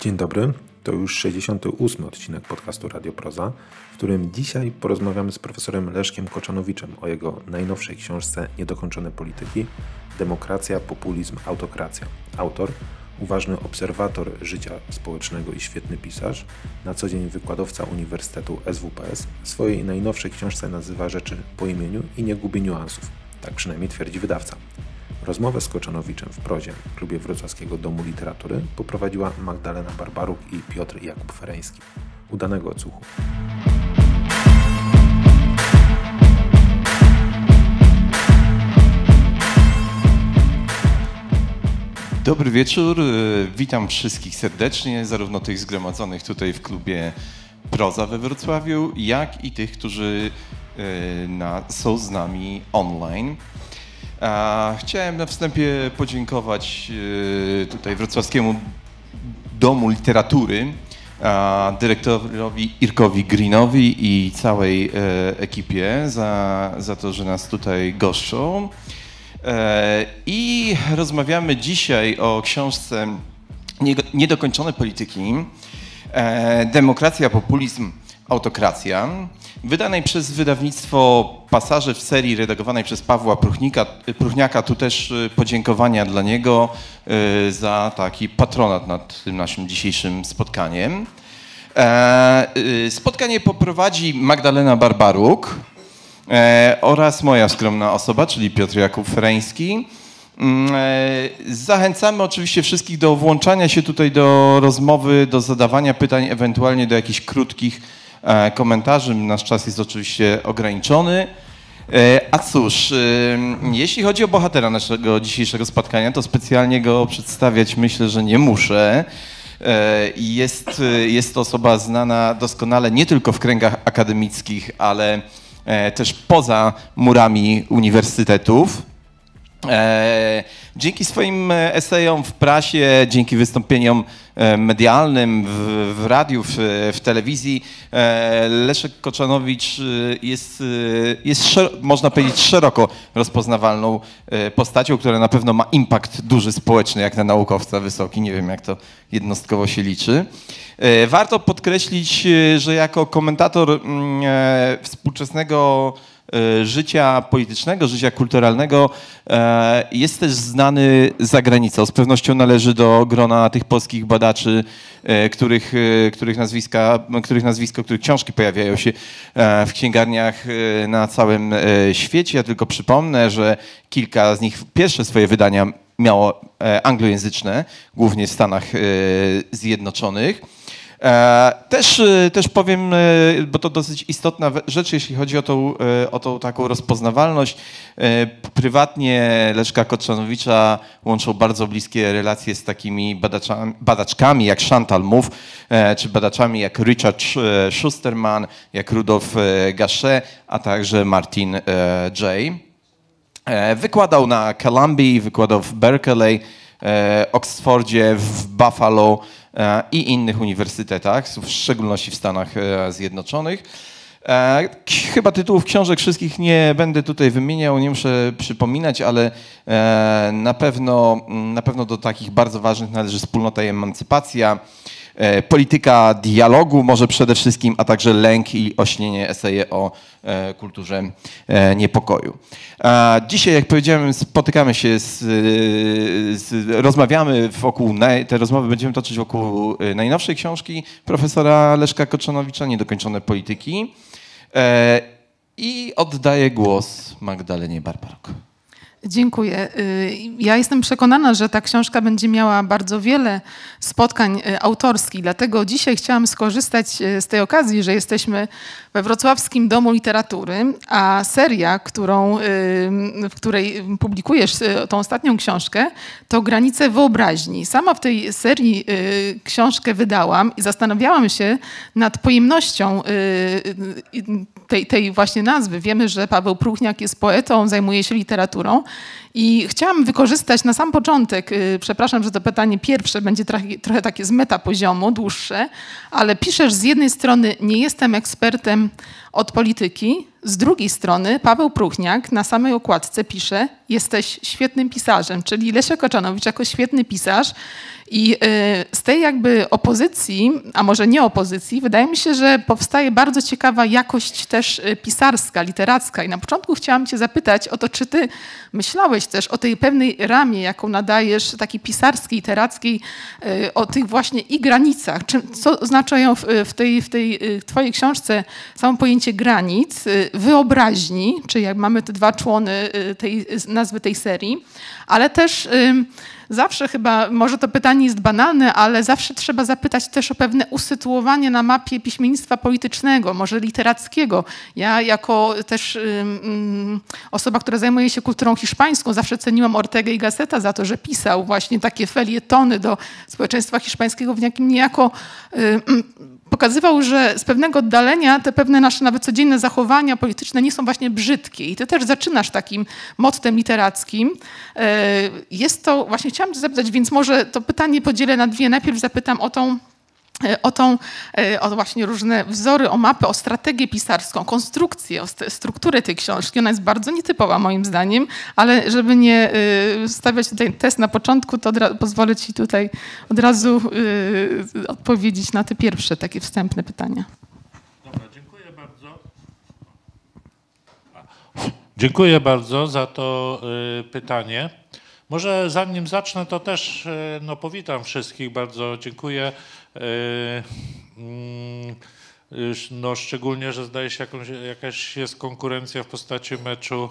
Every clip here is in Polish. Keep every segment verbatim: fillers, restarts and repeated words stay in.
Dzień dobry, to już sześćdziesiąty ósmy odcinek podcastu Radio Proza, w którym dzisiaj porozmawiamy z profesorem Leszkiem Koczanowiczem o jego najnowszej książce Niedokończone polityki – Demokracja, populizm, autokracja. Autor, uważny obserwator życia społecznego i świetny pisarz, na co dzień wykładowca Uniwersytetu S W P S, w swojej najnowszej książce nazywa rzeczy po imieniu i nie gubi niuansów. Tak przynajmniej twierdzi wydawca. Rozmowę z Koczanowiczem w Prozie, klubie Wrocławskiego Domu Literatury, poprowadziła Magdalena Barbaruk i Piotr Jakub Fereński. Udanego odsłuchu. Dobry wieczór, witam wszystkich serdecznie, zarówno tych zgromadzonych tutaj w klubie Proza we Wrocławiu, jak i tych, którzy na, są z nami online. Chciałem na wstępie podziękować tutaj Wrocławskiemu Domu Literatury, dyrektorowi Irkowi Greenowi i całej ekipie za, za to, że nas tutaj goszczą. I rozmawiamy dzisiaj o książce Niedokończone polityki, Demokracja, populizm, autokracja, wydanej przez wydawnictwo Pasaże w serii redagowanej przez Pawła Pruchnika, Pruchniaka. Tu też podziękowania dla niego za taki patronat nad tym naszym dzisiejszym spotkaniem. Spotkanie poprowadzi Magdalena Barbaruk oraz moja skromna osoba, czyli Piotr Jakub Fereński. Zachęcamy oczywiście wszystkich do włączania się tutaj do rozmowy, do zadawania pytań, ewentualnie do jakichś krótkich komentarzy. Nasz czas jest oczywiście ograniczony. A cóż, jeśli chodzi o bohatera naszego dzisiejszego spotkania, to specjalnie go przedstawiać myślę, że nie muszę. Jest, jest to osoba znana doskonale nie tylko w kręgach akademickich, ale też poza murami uniwersytetów. Dzięki swoim esejom w prasie, dzięki wystąpieniom medialnym, w, w radiu, w, w telewizji, Leszek Koczanowicz jest, jest można powiedzieć, szeroko rozpoznawalną postacią, która na pewno ma impact duży społeczny, jak na naukowca wysoki. Nie wiem, jak to jednostkowo się liczy. Warto podkreślić, że jako komentator współczesnego życia politycznego, życia kulturalnego jest też znany za granicą. Z pewnością należy do grona tych polskich badaczy, których, których, nazwiska, których nazwisko, których książki pojawiają się w księgarniach na całym świecie. Ja tylko przypomnę, że kilka z nich pierwsze swoje wydania miało anglojęzyczne, głównie w Stanach Zjednoczonych. Też, też powiem, bo to dosyć istotna rzecz, jeśli chodzi o tą, o tą taką rozpoznawalność. Prywatnie Leszka Koczanowicza łączą bardzo bliskie relacje z takimi badaczami, badaczkami jak Chantal Mouffe, czy badaczami jak Richard Schusterman, jak Rudolf Gachet, a także Martin Jay. Wykładał na Columbia, wykładał w Berkeley, Oxfordzie, w Buffalo i innych uniwersytetach, w szczególności w Stanach Zjednoczonych. Chyba tytułów książek wszystkich nie będę tutaj wymieniał, nie muszę przypominać, ale na pewno, na pewno do takich bardzo ważnych należy Wspólnota i emancypacja, Polityka dialogu może przede wszystkim, a także Lęk i ośnienie, eseje o kulturze niepokoju. Dzisiaj, jak powiedziałem, spotykamy się, z, z, rozmawiamy wokół, te rozmowy będziemy toczyć wokół najnowszej książki profesora Leszka Koczanowicza, Niedokończone polityki. I oddaję głos Magdalenie Barbaruk. Dziękuję. Ja jestem przekonana, że ta książka będzie miała bardzo wiele spotkań autorskich, dlatego dzisiaj chciałam skorzystać z tej okazji, że jesteśmy we Wrocławskim Domu Literatury, a seria, którą, w której publikujesz tą ostatnią książkę, to Granice wyobraźni. Sama w tej serii książkę wydałam i zastanawiałam się nad pojemnością tej, tej właśnie nazwy. Wiemy, że Paweł Pruchniak jest poetą, zajmuje się literaturą. I chciałam wykorzystać na sam początek, yy, przepraszam, że to pytanie pierwsze będzie trochę, trochę takie z metapoziomu, dłuższe, ale piszesz z jednej strony, nie jestem ekspertem od polityki, Z drugiej strony Paweł Pruchniak na samej okładce pisze: jesteś świetnym pisarzem, czyli Leszek Koczanowicz jako świetny pisarz. I z tej jakby opozycji, a może nie opozycji, wydaje mi się, że powstaje bardzo ciekawa jakość też pisarska, literacka. I na początku chciałam cię zapytać o to, czy ty myślałeś też o tej pewnej ramie, jaką nadajesz, takiej pisarskiej, literackiej, o tych właśnie i granicach. Czy, co oznaczają w, w, tej, w tej twojej książce samo pojęcie granic, wyobraźni, czyli jak mamy te dwa człony tej nazwy tej serii, ale też zawsze chyba, może to pytanie jest banalne, ale zawsze trzeba zapytać też o pewne usytuowanie na mapie piśmiennictwa politycznego, może literackiego. Ja jako też um, osoba, która zajmuje się kulturą hiszpańską, zawsze ceniłam Ortegę y Gasseta za to, że pisał właśnie takie felietony do społeczeństwa hiszpańskiego, w jakim niejako um, pokazywał, że z pewnego oddalenia te pewne nasze nawet codzienne zachowania polityczne nie są właśnie brzydkie. I ty też zaczynasz takim mottem literackim. Jest to, właśnie chciałam cię zapytać, więc może to pytanie podzielę na dwie. Najpierw zapytam o tą, o tą, o właśnie różne wzory, o mapę, o strategię pisarską, konstrukcję, o strukturę tej książki. Ona jest bardzo nietypowa moim zdaniem, ale żeby nie stawiać tutaj test na początku, to pozwolę ci tutaj od razu odpowiedzieć na te pierwsze takie wstępne pytania. Dobra, dziękuję bardzo. Dziękuję bardzo za to pytanie. Może zanim zacznę, to też no, powitam wszystkich. Bardzo dziękuję. No, szczególnie, że zdaje się jakąś, jakaś jest konkurencja w postaci meczu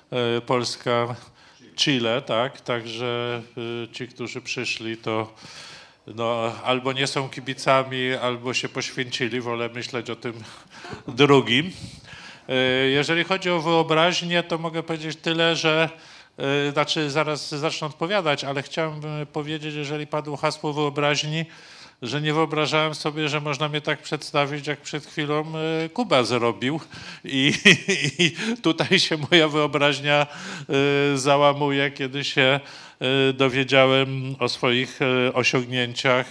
Polska-Chile, tak? Także ci, którzy przyszli, to no, albo nie są kibicami, albo się poświęcili. Wolę myśleć o tym drugim. Jeżeli chodzi o wyobraźnię, to mogę powiedzieć tyle, że znaczy zaraz zacznę odpowiadać, ale chciałem powiedzieć, jeżeli padło hasło wyobraźni, że nie wyobrażałem sobie, że można mnie tak przedstawić, jak przed chwilą Kuba zrobił. I, i tutaj się moja wyobraźnia załamuje, kiedy się dowiedziałem o swoich osiągnięciach,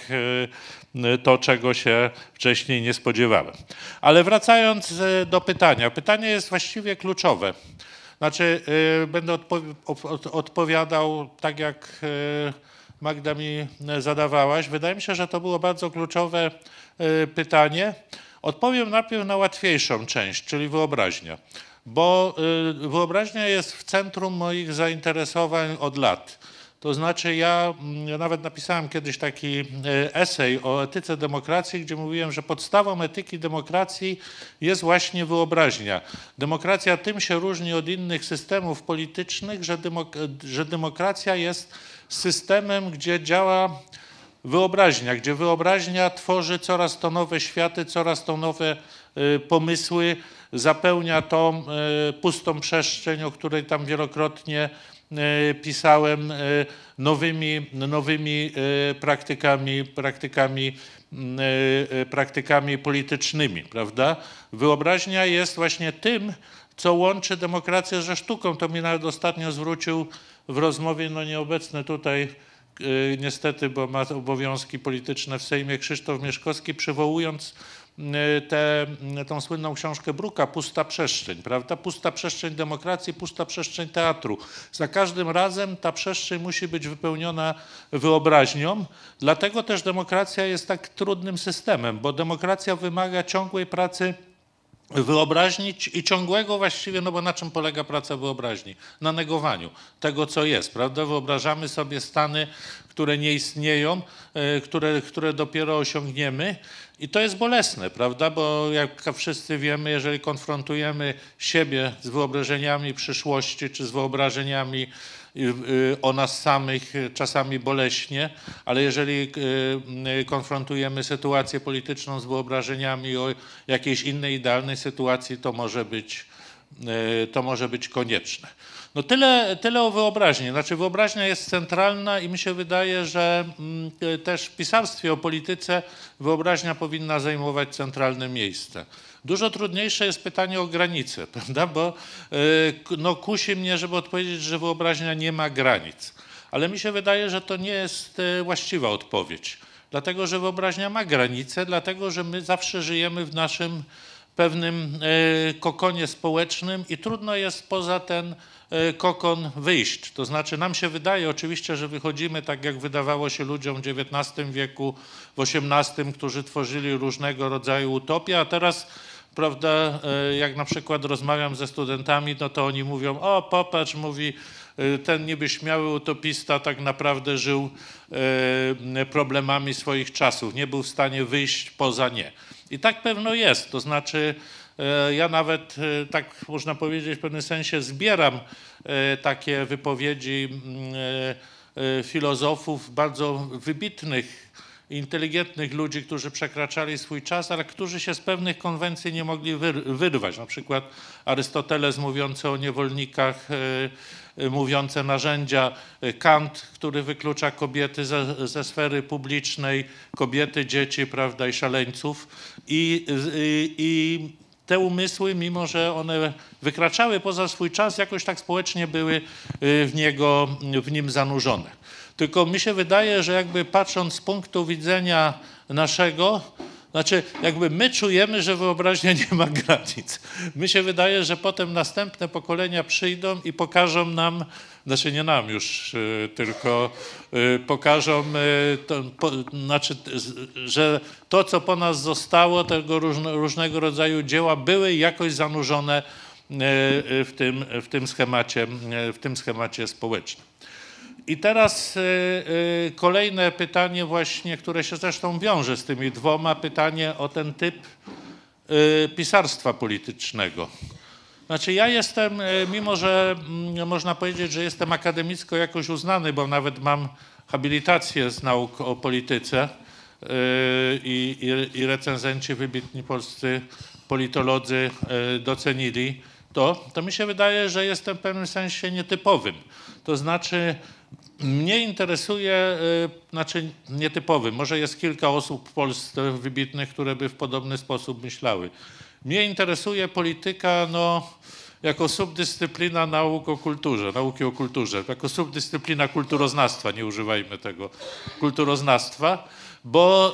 to czego się wcześniej nie spodziewałem. Ale wracając do pytania. Pytanie jest właściwie kluczowe. Znaczy, będę odpo odpowiadał tak, jak Magda mi zadawałaś. Wydaje mi się, że to było bardzo kluczowe pytanie. Odpowiem najpierw na łatwiejszą część, czyli wyobraźnia. Bo wyobraźnia jest w centrum moich zainteresowań od lat. To znaczy ja, ja nawet napisałem kiedyś taki esej o etyce demokracji, gdzie mówiłem, że podstawą etyki demokracji jest właśnie wyobraźnia. Demokracja tym się różni od innych systemów politycznych, że, demok że demokracja jest systemem, gdzie działa wyobraźnia, gdzie wyobraźnia tworzy coraz to nowe światy, coraz to nowe y, pomysły, zapełnia tą y, pustą przestrzeń, o której tam wielokrotnie y, pisałem, y, nowymi, nowymi y, praktykami, praktykami, y, praktykami politycznymi, prawda? Wyobraźnia jest właśnie tym, co łączy demokrację ze sztuką. To mi nawet ostatnio zwrócił w rozmowie, no nieobecny tutaj y, niestety, bo ma obowiązki polityczne w Sejmie, Krzysztof Mieszkowski, przywołując y, tę tą słynną książkę Bruka, Pusta przestrzeń, prawda? Pusta przestrzeń demokracji, pusta przestrzeń teatru. Za każdym razem ta przestrzeń musi być wypełniona wyobraźnią, dlatego też demokracja jest tak trudnym systemem, bo demokracja wymaga ciągłej pracy wyobraźni i ciągłego właściwie, no bo na czym polega praca wyobraźni? Na negowaniu tego, co jest, prawda? Wyobrażamy sobie stany, które nie istnieją, które, które dopiero osiągniemy i to jest bolesne, prawda? Bo jak wszyscy wiemy, jeżeli konfrontujemy siebie z wyobrażeniami przyszłości czy z wyobrażeniami o nas samych, czasami boleśnie, ale jeżeli konfrontujemy sytuację polityczną z wyobrażeniami o jakiejś innej idealnej sytuacji, to może być, to może być konieczne. No tyle, tyle o wyobraźni. Znaczy wyobraźnia jest centralna i mi się wydaje, że też w pisarstwie o polityce wyobraźnia powinna zajmować centralne miejsce. Dużo trudniejsze jest pytanie o granice, prawda? Bo no, kusi mnie, żeby odpowiedzieć, że wyobraźnia nie ma granic. Ale mi się wydaje, że to nie jest właściwa odpowiedź. Dlatego, że wyobraźnia ma granice, dlatego, że my zawsze żyjemy w naszym pewnym kokonie społecznym i trudno jest poza ten kokon wyjść. To znaczy nam się wydaje oczywiście, że wychodzimy tak jak wydawało się ludziom w dziewiętnastym wieku, w osiemnastym, którzy tworzyli różnego rodzaju utopie, a teraz, prawda, jak na przykład rozmawiam ze studentami, no to oni mówią, o popatrz, mówi, ten niby śmiały utopista tak naprawdę żył problemami swoich czasów, nie był w stanie wyjść poza nie. I tak pewno jest, to znaczy ja nawet, tak można powiedzieć, w pewnym sensie zbieram takie wypowiedzi filozofów, bardzo wybitnych, inteligentnych ludzi, którzy przekraczali swój czas, ale którzy się z pewnych konwencji nie mogli wyrwać. Na przykład Arystoteles mówiący o niewolnikach, mówiące narzędzia, Kant, który wyklucza kobiety ze, ze sfery publicznej, kobiety, dzieci, prawda, i szaleńców. I, i, i te umysły, mimo że one wykraczały poza swój czas, jakoś tak społecznie były w, niego, w nim zanurzone. Tylko mi się wydaje, że jakby patrząc z punktu widzenia naszego, znaczy jakby my czujemy, że wyobraźnia nie ma granic. Mi się wydaje, że potem następne pokolenia przyjdą i pokażą nam, znaczy nie nam już, tylko pokażą, to, po, znaczy, że to, co po nas zostało, tego różne, różnego rodzaju dzieła były jakoś zanurzone w tym, w tym schemacie, w tym schemacie społecznym. I teraz y, y, kolejne pytanie właśnie, które się zresztą wiąże z tymi dwoma, pytanie o ten typ y, pisarstwa politycznego. Znaczy ja jestem, y, mimo że y, można powiedzieć, że jestem akademicko jakoś uznany, bo nawet mam habilitację z nauk o polityce y, i, i recenzenci wybitni polscy politolodzy y, docenili to, to mi się wydaje, że jestem w pewnym sensie nietypowym. To znaczy mnie interesuje, znaczy nietypowy, może jest kilka osób w Polsce wybitnych, które by w podobny sposób myślały. Mnie interesuje polityka no, jako subdyscyplina nauk o kulturze, nauki o kulturze, jako subdyscyplina kulturoznawstwa, nie używajmy tego, kulturoznawstwa, bo,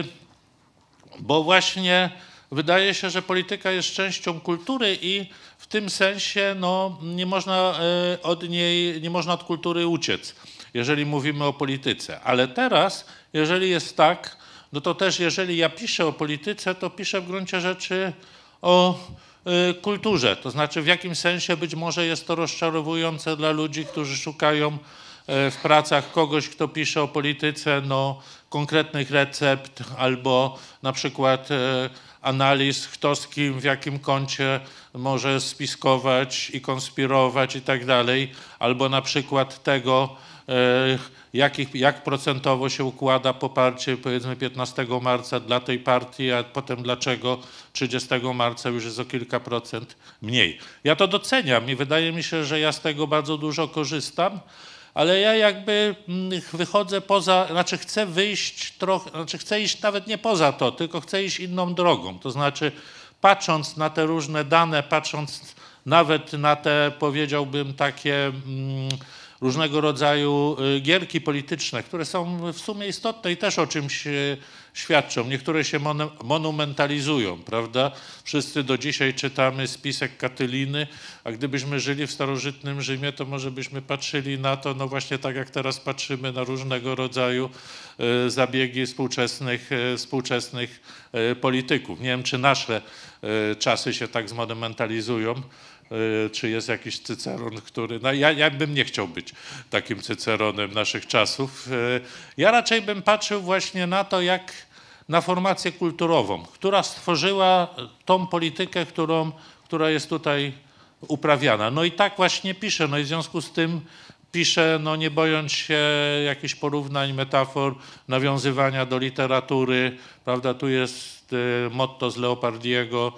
bo właśnie wydaje się, że polityka jest częścią kultury i w tym sensie no, nie można od niej, nie można od kultury uciec, jeżeli mówimy o polityce. Ale teraz, jeżeli jest tak, no to też jeżeli ja piszę o polityce, to piszę w gruncie rzeczy o kulturze. To znaczy w jakim sensie być może jest to rozczarowujące dla ludzi, którzy szukają w pracach kogoś, kto pisze o polityce, no, konkretnych recept albo na przykład analiz, kto z kim, w jakim kącie może spiskować i konspirować i tak dalej, albo na przykład tego, jak, jak procentowo się układa poparcie powiedzmy piętnastego marca dla tej partii, a potem dlaczego trzydziestego marca już jest o kilka procent mniej. Ja to doceniam i wydaje mi się, że ja z tego bardzo dużo korzystam, ale ja jakby wychodzę poza, znaczy chcę wyjść trochę, znaczy chcę iść nawet nie poza to, tylko chcę iść inną drogą. To znaczy patrząc na te różne dane, patrząc nawet na te, powiedziałbym, takie mm, różnego rodzaju gierki polityczne, które są w sumie istotne i też o czymś świadczą. Niektóre się monumentalizują, prawda? Wszyscy do dzisiaj czytamy spisek Katyliny, a gdybyśmy żyli w starożytnym Rzymie, to może byśmy patrzyli na to, no właśnie tak jak teraz patrzymy na różnego rodzaju zabiegi współczesnych, współczesnych polityków. Nie wiem, czy nasze czasy się tak zmonumentalizują, czy jest jakiś Cyceron, który... No ja, ja bym nie chciał być takim Cyceronem naszych czasów. Ja raczej bym patrzył właśnie na to, jak na formację kulturową, która stworzyła tą politykę, którą, która jest tutaj uprawiana. No i tak właśnie piszę, no i w związku z tym piszę, no nie bojąc się jakichś porównań, metafor, nawiązywania do literatury, prawda, tu jest motto z Leopardiego,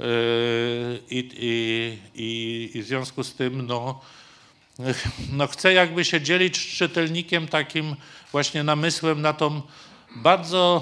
I, i, i, i w związku z tym no, no chcę jakby się dzielić z czytelnikiem takim właśnie namysłem na tą bardzo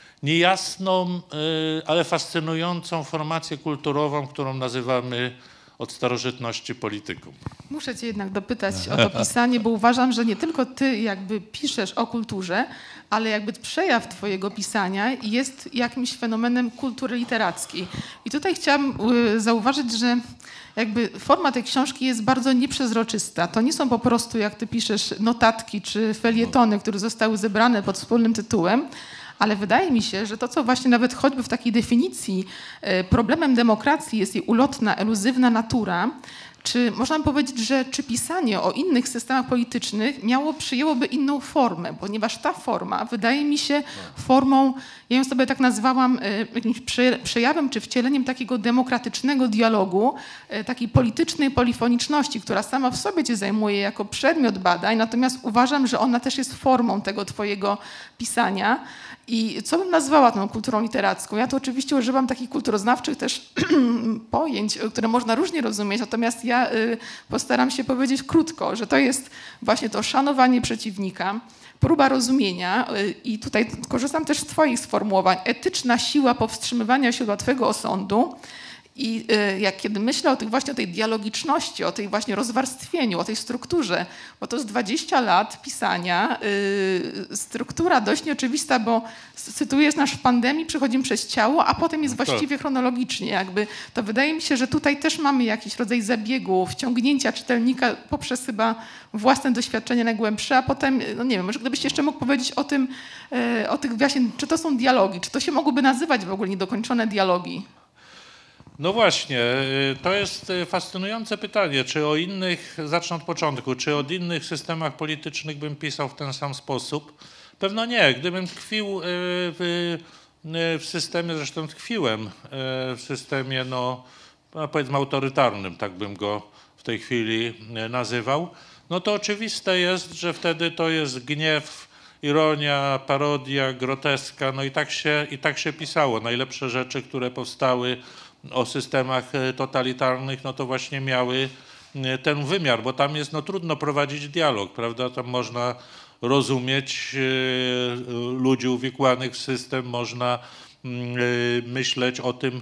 niejasną, ale fascynującą formację kulturową, którą nazywamy od starożytności politykum. Muszę cię jednak dopytać o to pisanie, bo uważam, że nie tylko ty jakby piszesz o kulturze, ale jakby przejaw twojego pisania jest jakimś fenomenem kultury literackiej. I tutaj chciałam zauważyć, że jakby forma tej książki jest bardzo nieprzezroczysta. To nie są po prostu, jak ty piszesz, notatki czy felietony, które zostały zebrane pod wspólnym tytułem, ale wydaje mi się, że to, co właśnie nawet choćby w takiej definicji problemem demokracji jest jej ulotna, eluzywna natura, czy można powiedzieć, że czy pisanie o innych systemach politycznych miało, przyjęłoby inną formę, ponieważ ta forma wydaje mi się formą, ja ją sobie tak nazwałam, jakimś przejawem czy wcieleniem takiego demokratycznego dialogu, takiej politycznej polifoniczności, która sama w sobie cię zajmuje jako przedmiot badań, natomiast uważam, że ona też jest formą tego twojego pisania. I co bym nazwała tą kulturą literacką? Ja to oczywiście używam takich kulturoznawczych też pojęć, które można różnie rozumieć, natomiast ja y, postaram się powiedzieć krótko, że to jest właśnie to szanowanie przeciwnika, próba rozumienia y, i tutaj korzystam też z twoich sformułowań, etyczna siła powstrzymywania się od łatwego osądu. I y, jak kiedy myślę o tych właśnie o tej dialogiczności, o tej właśnie rozwarstwieniu, o tej strukturze, bo to jest dwadzieścia lat pisania, y, struktura dość nieoczywista, bo cytujesz nasz w pandemii, przechodzimy przez ciało, a potem jest właściwie chronologicznie jakby. To wydaje mi się, że tutaj też mamy jakiś rodzaj zabiegu, wciągnięcia czytelnika poprzez chyba własne doświadczenie najgłębsze, a potem, no nie wiem, może gdybyś jeszcze mógł powiedzieć o tym, y, o tych właśnie, czy to są dialogi, czy to się mogłoby nazywać w ogóle niedokończone dialogi? No właśnie, to jest fascynujące pytanie, czy o innych, zacznę od początku, czy o innych systemach politycznych bym pisał w ten sam sposób? Pewno nie. Gdybym tkwił w, w systemie, zresztą tkwiłem w systemie, no powiedzmy autorytarnym, tak bym go w tej chwili nazywał, no to oczywiste jest, że wtedy to jest gniew, ironia, parodia, groteska, no i tak się, i tak się pisało. Najlepsze rzeczy, które powstały o systemach totalitarnych, no to właśnie miały ten wymiar, bo tam jest, no trudno prowadzić dialog, prawda, tam można rozumieć ludzi uwikłanych w system, można myśleć o tym,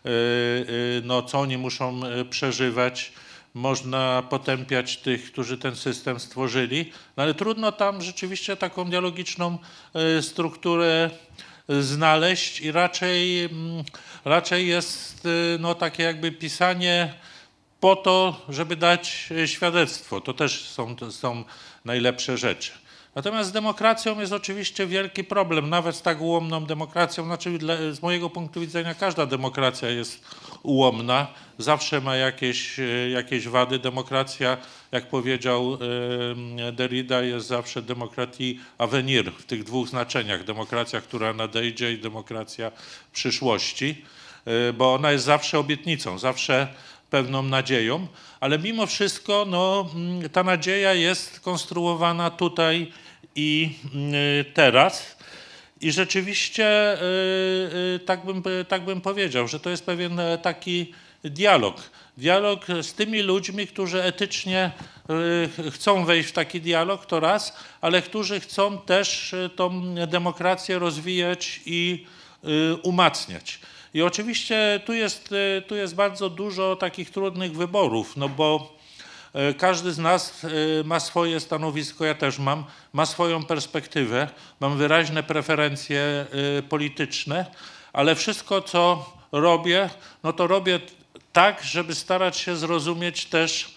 no co oni muszą przeżywać, można potępiać tych, którzy ten system stworzyli, no ale trudno tam rzeczywiście taką dialogiczną strukturę znaleźć i raczej, raczej jest no, takie jakby pisanie po to, żeby dać świadectwo. To też są, to są najlepsze rzeczy. Natomiast z demokracją jest oczywiście wielki problem, nawet z tak ułomną demokracją. Znaczy dla, z mojego punktu widzenia każda demokracja jest ułomna, zawsze ma jakieś, jakieś wady. Demokracja, jak powiedział Derrida, jest zawsze demokratii avenir w tych dwóch znaczeniach. Demokracja, która nadejdzie i demokracja przyszłości, bo ona jest zawsze obietnicą, zawsze pewną nadzieją, ale mimo wszystko no, ta nadzieja jest konstruowana tutaj i teraz. I rzeczywiście tak bym, tak bym powiedział, że to jest pewien taki dialog. Dialog z tymi ludźmi, którzy etycznie chcą wejść w taki dialog, to raz, ale którzy chcą też tą demokrację rozwijać i umacniać. I oczywiście tu jest, tu jest bardzo dużo takich trudnych wyborów, no bo każdy z nas ma swoje stanowisko, ja też mam, ma swoją perspektywę, mam wyraźne preferencje polityczne, ale wszystko, co robię, no to robię tak, żeby starać się zrozumieć też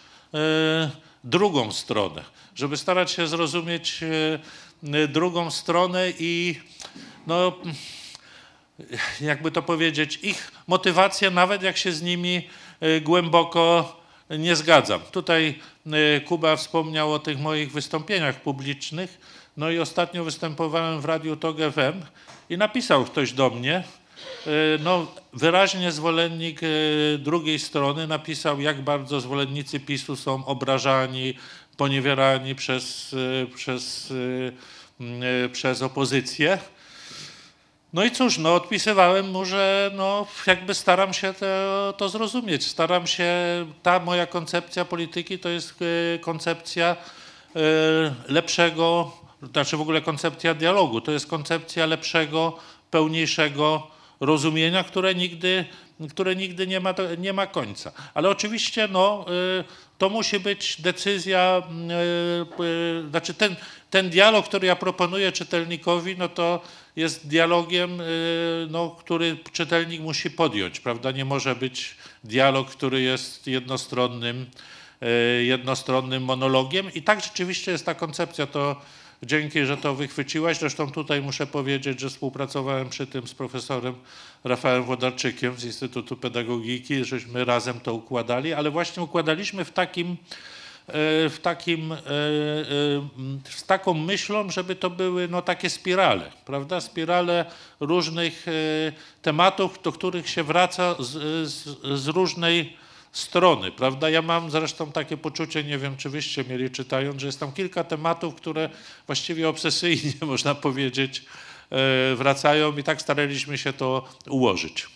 drugą stronę, żeby starać się zrozumieć drugą stronę i no, jakby to powiedzieć, ich motywacje, nawet jak się z nimi głęboko nie zgadzam. Tutaj Kuba wspomniał o tych moich wystąpieniach publicznych, no i ostatnio występowałem w Radiu Tok F M i napisał ktoś do mnie, no wyraźnie zwolennik drugiej strony napisał, jak bardzo zwolennicy PiSu są obrażani, poniewierani przez, przez, przez opozycję. No i cóż, no odpisywałem mu, że no jakby staram się to, to zrozumieć, staram się, ta moja koncepcja polityki to jest koncepcja lepszego, znaczy w ogóle koncepcja dialogu, to jest koncepcja lepszego, pełniejszego rozumienia, które nigdy które nigdy nie ma, nie ma końca. Ale oczywiście no, to musi być decyzja, znaczy ten, ten dialog, który ja proponuję czytelnikowi, no to jest dialogiem, no, który czytelnik musi podjąć, prawda? Nie może być dialog, który jest jednostronnym, jednostronnym monologiem i tak rzeczywiście jest ta koncepcja, to dzięki, że to wychwyciłaś. Zresztą tutaj muszę powiedzieć, że współpracowałem przy tym z profesorem Rafałem Włodarczykiem z Instytutu Pedagogiki, żeśmy razem to układali, ale właśnie układaliśmy w takim, w takim, z taką myślą, żeby to były no, takie spirale, prawda? Spirale różnych tematów, do których się wraca z, z, z różnej strony, prawda? Ja mam zresztą takie poczucie, nie wiem, czy wyście mieli czytając, że jest tam kilka tematów, które właściwie obsesyjnie, można powiedzieć, wracają i tak staraliśmy się to ułożyć.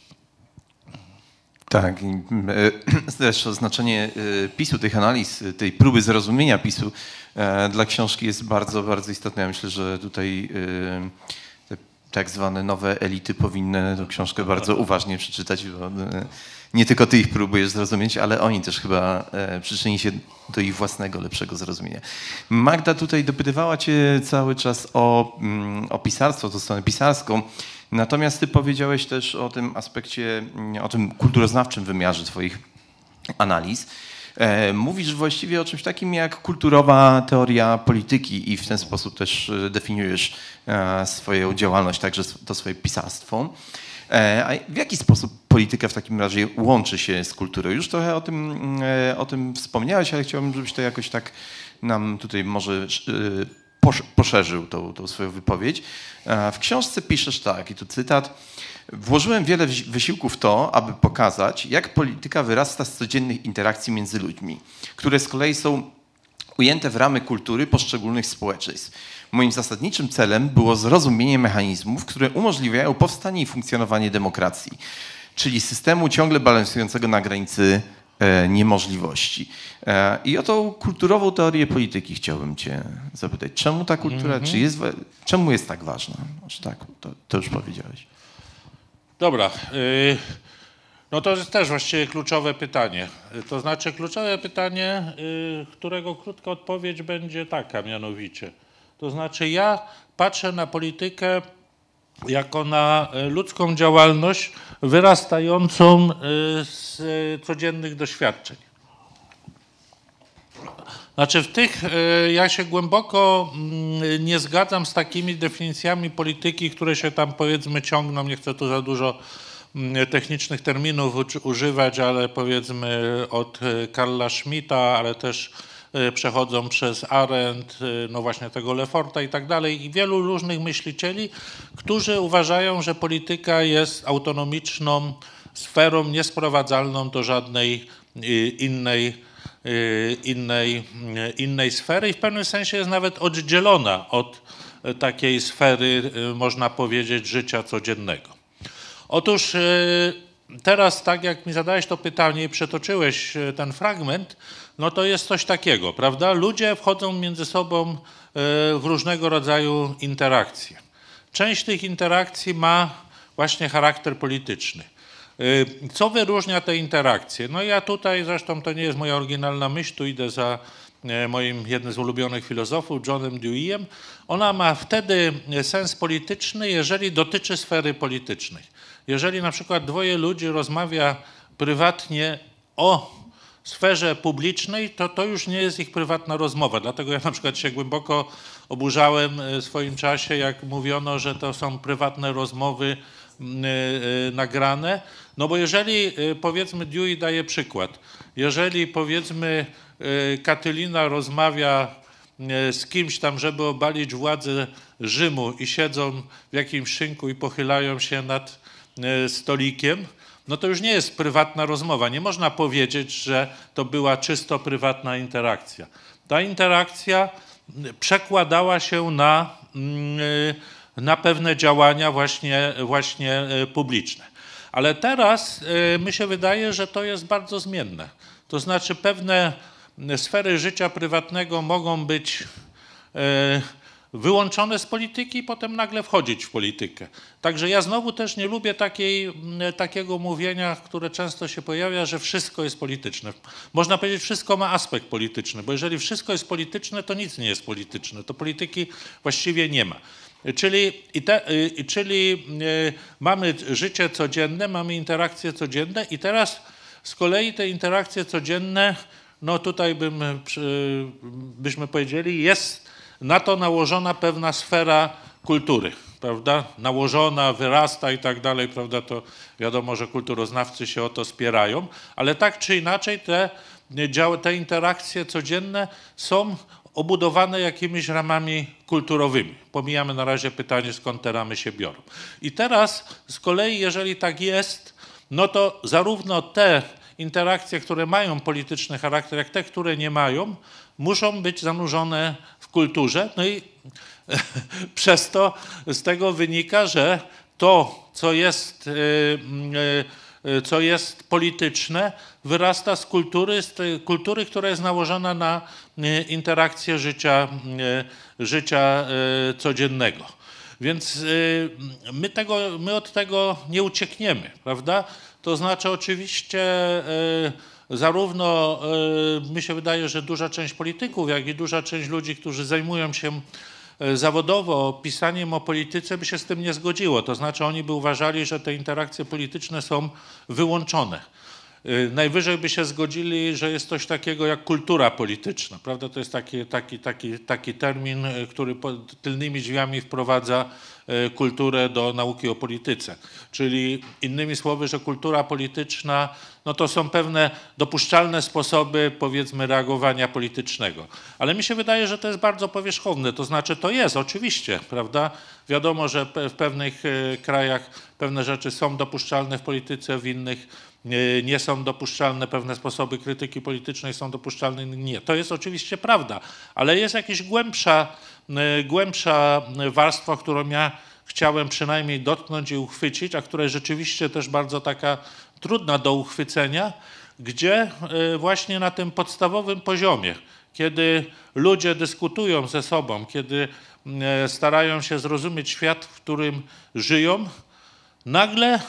Tak, i zresztą znaczenie PiSu, tych analiz, tej próby zrozumienia PiSu dla książki jest bardzo, bardzo istotne. Ja myślę, że tutaj te tak zwane nowe elity powinny tę książkę bardzo uważnie przeczytać, bo nie tylko ty ich próbujesz zrozumieć, ale oni też chyba przyczyni się do ich własnego, lepszego zrozumienia. Magda tutaj dopytywała cię cały czas o, o pisarstwo, tą stronę pisarską. Natomiast ty powiedziałeś też o tym aspekcie, o tym kulturoznawczym wymiarze twoich analiz. Mówisz właściwie o czymś takim jak kulturowa teoria polityki i w ten sposób też definiujesz swoją działalność, także to swoje pisarstwo. A w jaki sposób polityka w takim razie łączy się z kulturą? Już trochę o tym, o tym wspomniałeś, ale chciałbym, żebyś to jakoś tak nam tutaj może poszerzył tą, tą swoją wypowiedź. W książce piszesz tak, i tu cytat: włożyłem wiele wysiłku w to, aby pokazać, jak polityka wyrasta z codziennych interakcji między ludźmi, które z kolei są ujęte w ramy kultury poszczególnych społeczeństw. Moim zasadniczym celem było zrozumienie mechanizmów, które umożliwiają powstanie i funkcjonowanie demokracji, czyli systemu ciągle balansującego na granicy e, niemożliwości. E, I o tą kulturową teorię polityki chciałbym cię zapytać. Czemu ta kultura, mm-hmm. czy jest, czemu jest tak ważna? Może tak, to, to już powiedziałeś. Dobra. Y- no to jest też właściwie kluczowe pytanie. To znaczy kluczowe pytanie, y- którego krótka odpowiedź będzie taka mianowicie. To znaczy ja patrzę na politykę jako na ludzką działalność wyrastającą z codziennych doświadczeń. Znaczy w tych, ja się głęboko nie zgadzam z takimi definicjami polityki, które się tam powiedzmy ciągną, nie chcę tu za dużo technicznych terminów używać, ale powiedzmy od Karla Schmitta, ale też przechodzą przez Arendt, no właśnie tego Leforta i tak dalej i wielu różnych myślicieli, którzy uważają, że polityka jest autonomiczną sferą, niesprowadzalną do żadnej innej, innej, innej sfery i w pewnym sensie jest nawet oddzielona od takiej sfery, można powiedzieć, życia codziennego. Otóż teraz, tak jak mi zadałeś to pytanie i przetoczyłeś ten fragment, no to jest coś takiego, prawda? Ludzie wchodzą między sobą w różnego rodzaju interakcje. Część tych interakcji ma właśnie charakter polityczny. Co wyróżnia te interakcje? No ja tutaj, zresztą to nie jest moja oryginalna myśl, tu idę za moim jednym z ulubionych filozofów, Johnem Deweyem. Ona ma wtedy sens polityczny, jeżeli dotyczy sfery politycznej. Jeżeli na przykład dwoje ludzi rozmawia prywatnie o sferze publicznej, to to już nie jest ich prywatna rozmowa. Dlatego ja na przykład się głęboko oburzałem w swoim czasie, jak mówiono, że to są prywatne rozmowy nagrane. No bo jeżeli, powiedzmy, Dewey daje przykład, jeżeli powiedzmy Katylina rozmawia z kimś tam, żeby obalić władzę Rzymu i siedzą w jakimś szynku i pochylają się nad stolikiem, no to już nie jest prywatna rozmowa. Nie można powiedzieć, że to była czysto prywatna interakcja. Ta interakcja przekładała się na, na pewne działania właśnie, właśnie publiczne. Ale teraz mi się wydaje, że to jest bardzo zmienne. To znaczy pewne sfery życia prywatnego mogą być wyłączone z polityki i potem nagle wchodzić w politykę. Także ja znowu też nie lubię takiej, takiego mówienia, które często się pojawia, że wszystko jest polityczne. Można powiedzieć, wszystko ma aspekt polityczny, bo jeżeli wszystko jest polityczne, to nic nie jest polityczne. To polityki właściwie nie ma. Czyli, i te, i, czyli mamy życie codzienne, mamy interakcje codzienne i teraz z kolei te interakcje codzienne, no tutaj bym, byśmy powiedzieli, jest na to nałożona pewna sfera kultury, prawda? Nałożona, wyrasta i tak dalej, prawda? To wiadomo, że kulturoznawcy się o to spierają, ale tak czy inaczej te, te interakcje codzienne są obudowane jakimiś ramami kulturowymi. Pomijamy na razie pytanie, skąd te ramy się biorą. I teraz z kolei, jeżeli tak jest, no to zarówno te interakcje, które mają polityczny charakter, jak te, które nie mają, muszą być zanurzone w kulturze. No i przez to z tego wynika, że to, co jest, co jest polityczne, wyrasta z kultury, z tej kultury, która jest nałożona na interakcję życia, życia codziennego. Więc my, tego, my od tego nie uciekniemy, prawda? To znaczy oczywiście zarówno mi się wydaje, że duża część polityków, jak i duża część ludzi, którzy zajmują się zawodowo pisaniem o polityce, by się z tym nie zgodziło. To znaczy oni by uważali, że te interakcje polityczne są wyłączone. Najwyżej by się zgodzili, że jest coś takiego jak kultura polityczna, prawda? To jest taki, taki, taki, taki termin, który tylnymi drzwiami wprowadza kulturę do nauki o polityce. Czyli innymi słowy, że kultura polityczna, no to są pewne dopuszczalne sposoby, powiedzmy, reagowania politycznego. Ale mi się wydaje, że to jest bardzo powierzchowne, to znaczy to jest oczywiście, prawda? Wiadomo, że w pewnych krajach pewne rzeczy są dopuszczalne w polityce, w innych nie są dopuszczalne, pewne sposoby krytyki politycznej są dopuszczalne, nie. To jest oczywiście prawda, ale jest jakaś głębsza, głębsza warstwa, którą ja chciałem przynajmniej dotknąć i uchwycić, a która jest rzeczywiście też bardzo taka trudna do uchwycenia, gdzie właśnie na tym podstawowym poziomie, kiedy ludzie dyskutują ze sobą, kiedy starają się zrozumieć świat, w którym żyją, nagle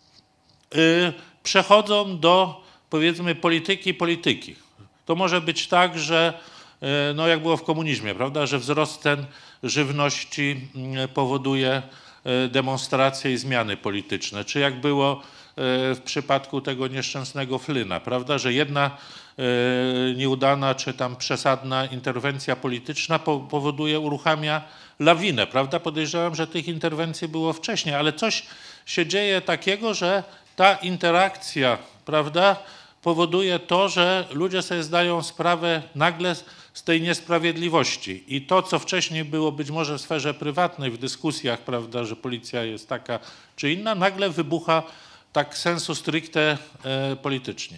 przechodzą do, powiedzmy, polityki polityki. To może być tak, że no jak było w komunizmie, prawda, że wzrost cen żywności powoduje demonstracje i zmiany polityczne. Czy jak było w przypadku tego nieszczęsnego Flyna, prawda, że jedna nieudana czy tam przesadna interwencja polityczna powoduje, uruchamia lawinę, prawda? Podejrzewam, że tych interwencji było wcześniej, ale coś się dzieje takiego, że ta interakcja, prawda, powoduje to, że ludzie sobie zdają sprawę nagle z tej niesprawiedliwości. I to, co wcześniej było być może w sferze prywatnej, w dyskusjach, prawda, że policja jest taka czy inna, nagle wybucha tak sensu stricte e, politycznie.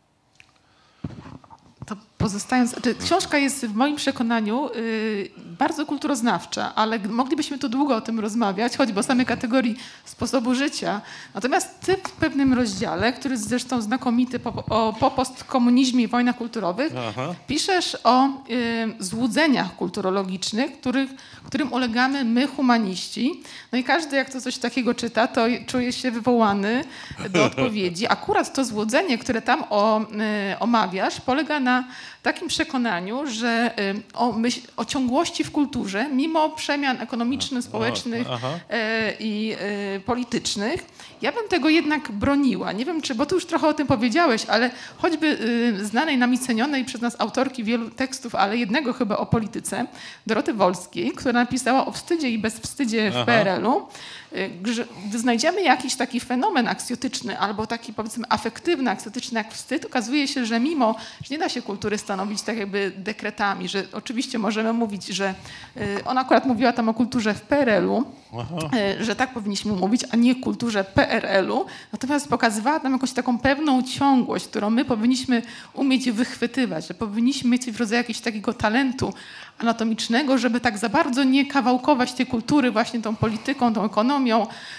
To pozostając, znaczy książka jest w moim przekonaniu y, bardzo kulturoznawcza, ale moglibyśmy tu długo o tym rozmawiać, choćby o samej kategorii sposobu życia. Natomiast ty w pewnym rozdziale, który jest zresztą znakomity po, o, po postkomunizmie i wojnach kulturowych, Aha. piszesz o y, złudzeniach kulturologicznych, których, którym ulegamy my, humaniści. No i każdy, jak to coś takiego czyta, to czuje się wywołany do odpowiedzi. Akurat to złudzenie, które tam o, y, omawiasz, polega na takim przekonaniu, że o, myśl, o ciągłości w kulturze, mimo przemian ekonomicznych, społecznych e, i e, politycznych, ja bym tego jednak broniła. Nie wiem, czy, bo tu już trochę o tym powiedziałeś, ale choćby e, znanej nam i cenionej przez nas autorki wielu tekstów, ale jednego chyba o polityce, Doroty Wolskiej, która napisała o wstydzie i bezwstydzie w P R L-u, gdy znajdziemy jakiś taki fenomen aksjotyczny albo taki, powiedzmy, afektywny, aksjotyczny jak wstyd, okazuje się, że mimo, że nie da się kultury stanowić tak jakby dekretami, że oczywiście możemy mówić, że ona akurat mówiła tam o kulturze w P R L-u, że tak powinniśmy mówić, a nie kulturze P R L-u, natomiast pokazywała tam jakąś taką pewną ciągłość, którą my powinniśmy umieć wychwytywać, że powinniśmy mieć w rodzaju jakiegoś takiego talentu anatomicznego, żeby tak za bardzo nie kawałkować tej kultury właśnie tą polityką, tą ekonomią,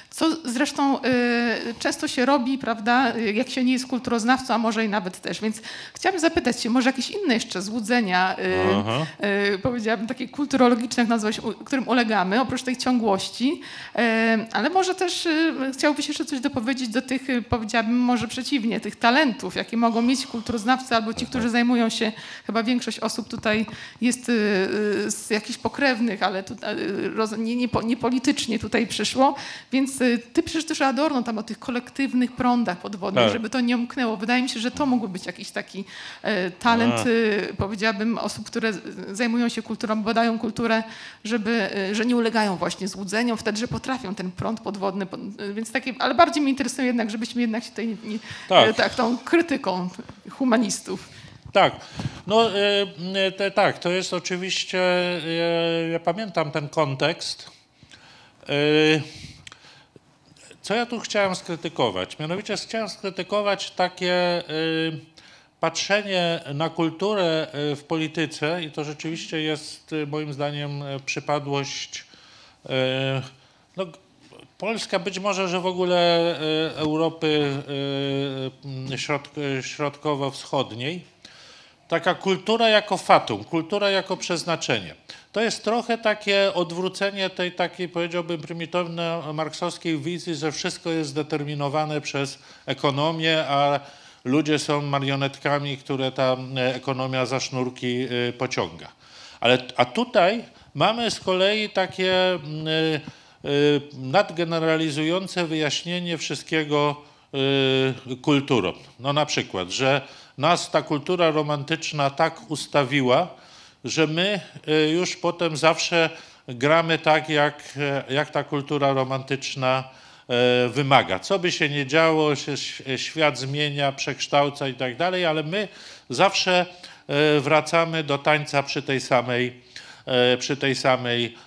Co zresztą y, często się robi, prawda, jak się nie jest kulturoznawcą, a może i nawet też. Więc chciałabym zapytać się, może jakieś inne jeszcze złudzenia, y, y, powiedziałabym takie kulturologiczne, jak nazwać, u, którym ulegamy, oprócz tej ciągłości, y, ale może też y, chciałbyś jeszcze coś dopowiedzieć do tych, y, powiedziałabym może przeciwnie, tych talentów, jakie mogą mieć kulturoznawcy albo ci, którzy zajmują się, chyba większość osób tutaj jest y, y, z jakichś pokrewnych, ale tutaj, y, roz, nie, nie, nie politycznie tutaj przyszło, więc ty piszesz też Adorno tam o tych kolektywnych prądach podwodnych, tak, żeby to nie umknęło. Wydaje mi się, że to mógłby być jakiś taki e, talent, e, powiedziałabym, osób, które zajmują się kulturą, badają kulturę, żeby, e, że nie ulegają właśnie złudzeniom, wtedy, że potrafią ten prąd podwodny. Pod, więc takie, ale bardziej mnie interesuje jednak, żebyśmy jednak się tutaj nie, tak. E, tak, tą krytyką humanistów. Tak, no e, te, tak, to jest oczywiście, e, ja pamiętam ten kontekst. E, Co ja tu chciałem skrytykować? Mianowicie chciałem skrytykować takie y, patrzenie na kulturę w polityce i to rzeczywiście jest moim zdaniem przypadłość y, no, Polska, być może, że w ogóle y, Europy y, środ, środkowo-wschodniej. Taka kultura jako fatum, kultura jako przeznaczenie. To jest trochę takie odwrócenie tej takiej, powiedziałbym, prymitywno-marksowskiej wizji, że wszystko jest zdeterminowane przez ekonomię, a ludzie są marionetkami, które ta ekonomia za sznurki pociąga. Ale, a tutaj mamy z kolei takie nadgeneralizujące wyjaśnienie wszystkiego kulturą. No na przykład, że nas ta kultura romantyczna tak ustawiła, że my już potem zawsze gramy tak, jak, jak ta kultura romantyczna wymaga. Co by się nie działo, się świat zmienia, przekształca i tak dalej, ale my zawsze wracamy do tańca przy tej samej, przy tej samej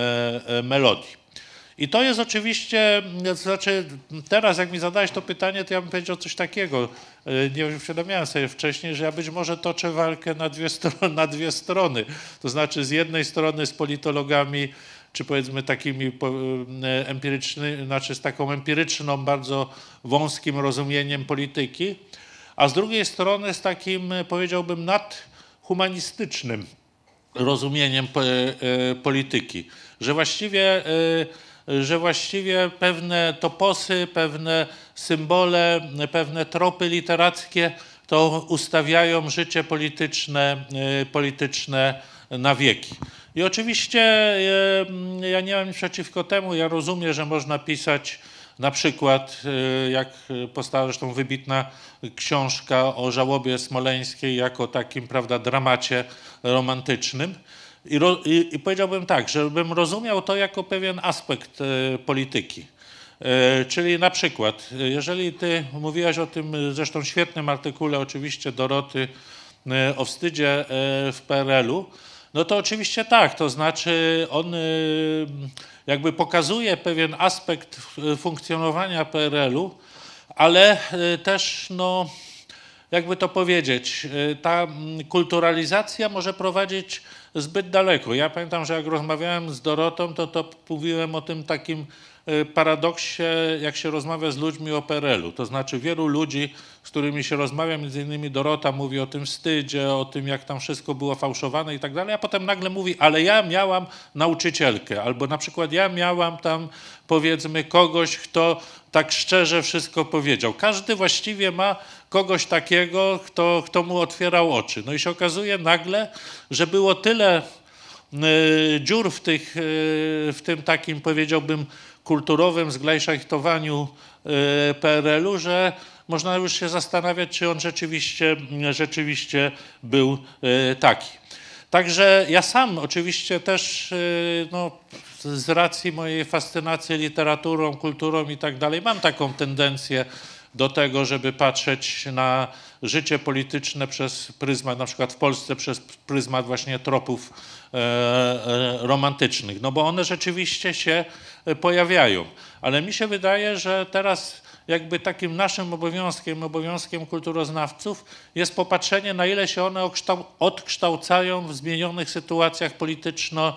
melodii. I to jest oczywiście, to znaczy teraz jak mi zadałeś to pytanie, to ja bym powiedział coś takiego. Nie uświadomiałem sobie wcześniej, że ja być może toczę walkę na dwie, na dwie strony. To znaczy z jednej strony z politologami, czy powiedzmy takimi empirycznymi, znaczy z taką empiryczną, bardzo wąskim rozumieniem polityki, a z drugiej strony z takim, powiedziałbym, nadhumanistycznym rozumieniem polityki, że właściwie że właściwie pewne toposy, pewne symbole, pewne tropy literackie to ustawiają życie polityczne, polityczne na wieki. I oczywiście ja nie mam nic przeciwko temu, ja rozumiem, że można pisać na przykład, jak powstała zresztą wybitna książka o żałobie smoleńskiej jako takim, prawda, dramacie romantycznym. I, ro, i, I powiedziałbym tak, żebym rozumiał to jako pewien aspekt e, polityki. E, czyli na przykład, jeżeli ty mówiłaś o tym zresztą świetnym artykule oczywiście Doroty e, o wstydzie e, w P R L u, no to oczywiście tak, to znaczy on e, jakby pokazuje pewien aspekt funkcjonowania P R L u, ale e, też no, jakby to powiedzieć, ta kulturalizacja może prowadzić zbyt daleko. Ja pamiętam, że jak rozmawiałem z Dorotą, to, to mówiłem o tym takim paradoksie, jak się rozmawia z ludźmi o P R L u. To znaczy wielu ludzi, z którymi się rozmawia, między innymi Dorota mówi o tym wstydzie, o tym, jak tam wszystko było fałszowane i tak dalej, a potem nagle mówi, ale ja miałam nauczycielkę, albo na przykład ja miałam tam, powiedzmy, kogoś, kto tak szczerze wszystko powiedział. Każdy właściwie ma kogoś takiego, kto, kto mu otwierał oczy. No i się okazuje nagle, że było tyle y, dziur w, tych, y, w tym takim, powiedziałbym, kulturowym zglajszajtowaniu y, P R L u, że można już się zastanawiać, czy on rzeczywiście, rzeczywiście był y, taki. Także ja sam oczywiście też y, no, z racji mojej fascynacji literaturą, kulturą i tak dalej, mam taką tendencję do tego, żeby patrzeć na życie polityczne przez pryzmat, na przykład w Polsce przez pryzmat właśnie tropów e, e, romantycznych, no bo one rzeczywiście się pojawiają. Ale mi się wydaje, że teraz jakby takim naszym obowiązkiem, obowiązkiem kulturoznawców jest popatrzenie, na ile się one odkształcają w zmienionych sytuacjach polityczno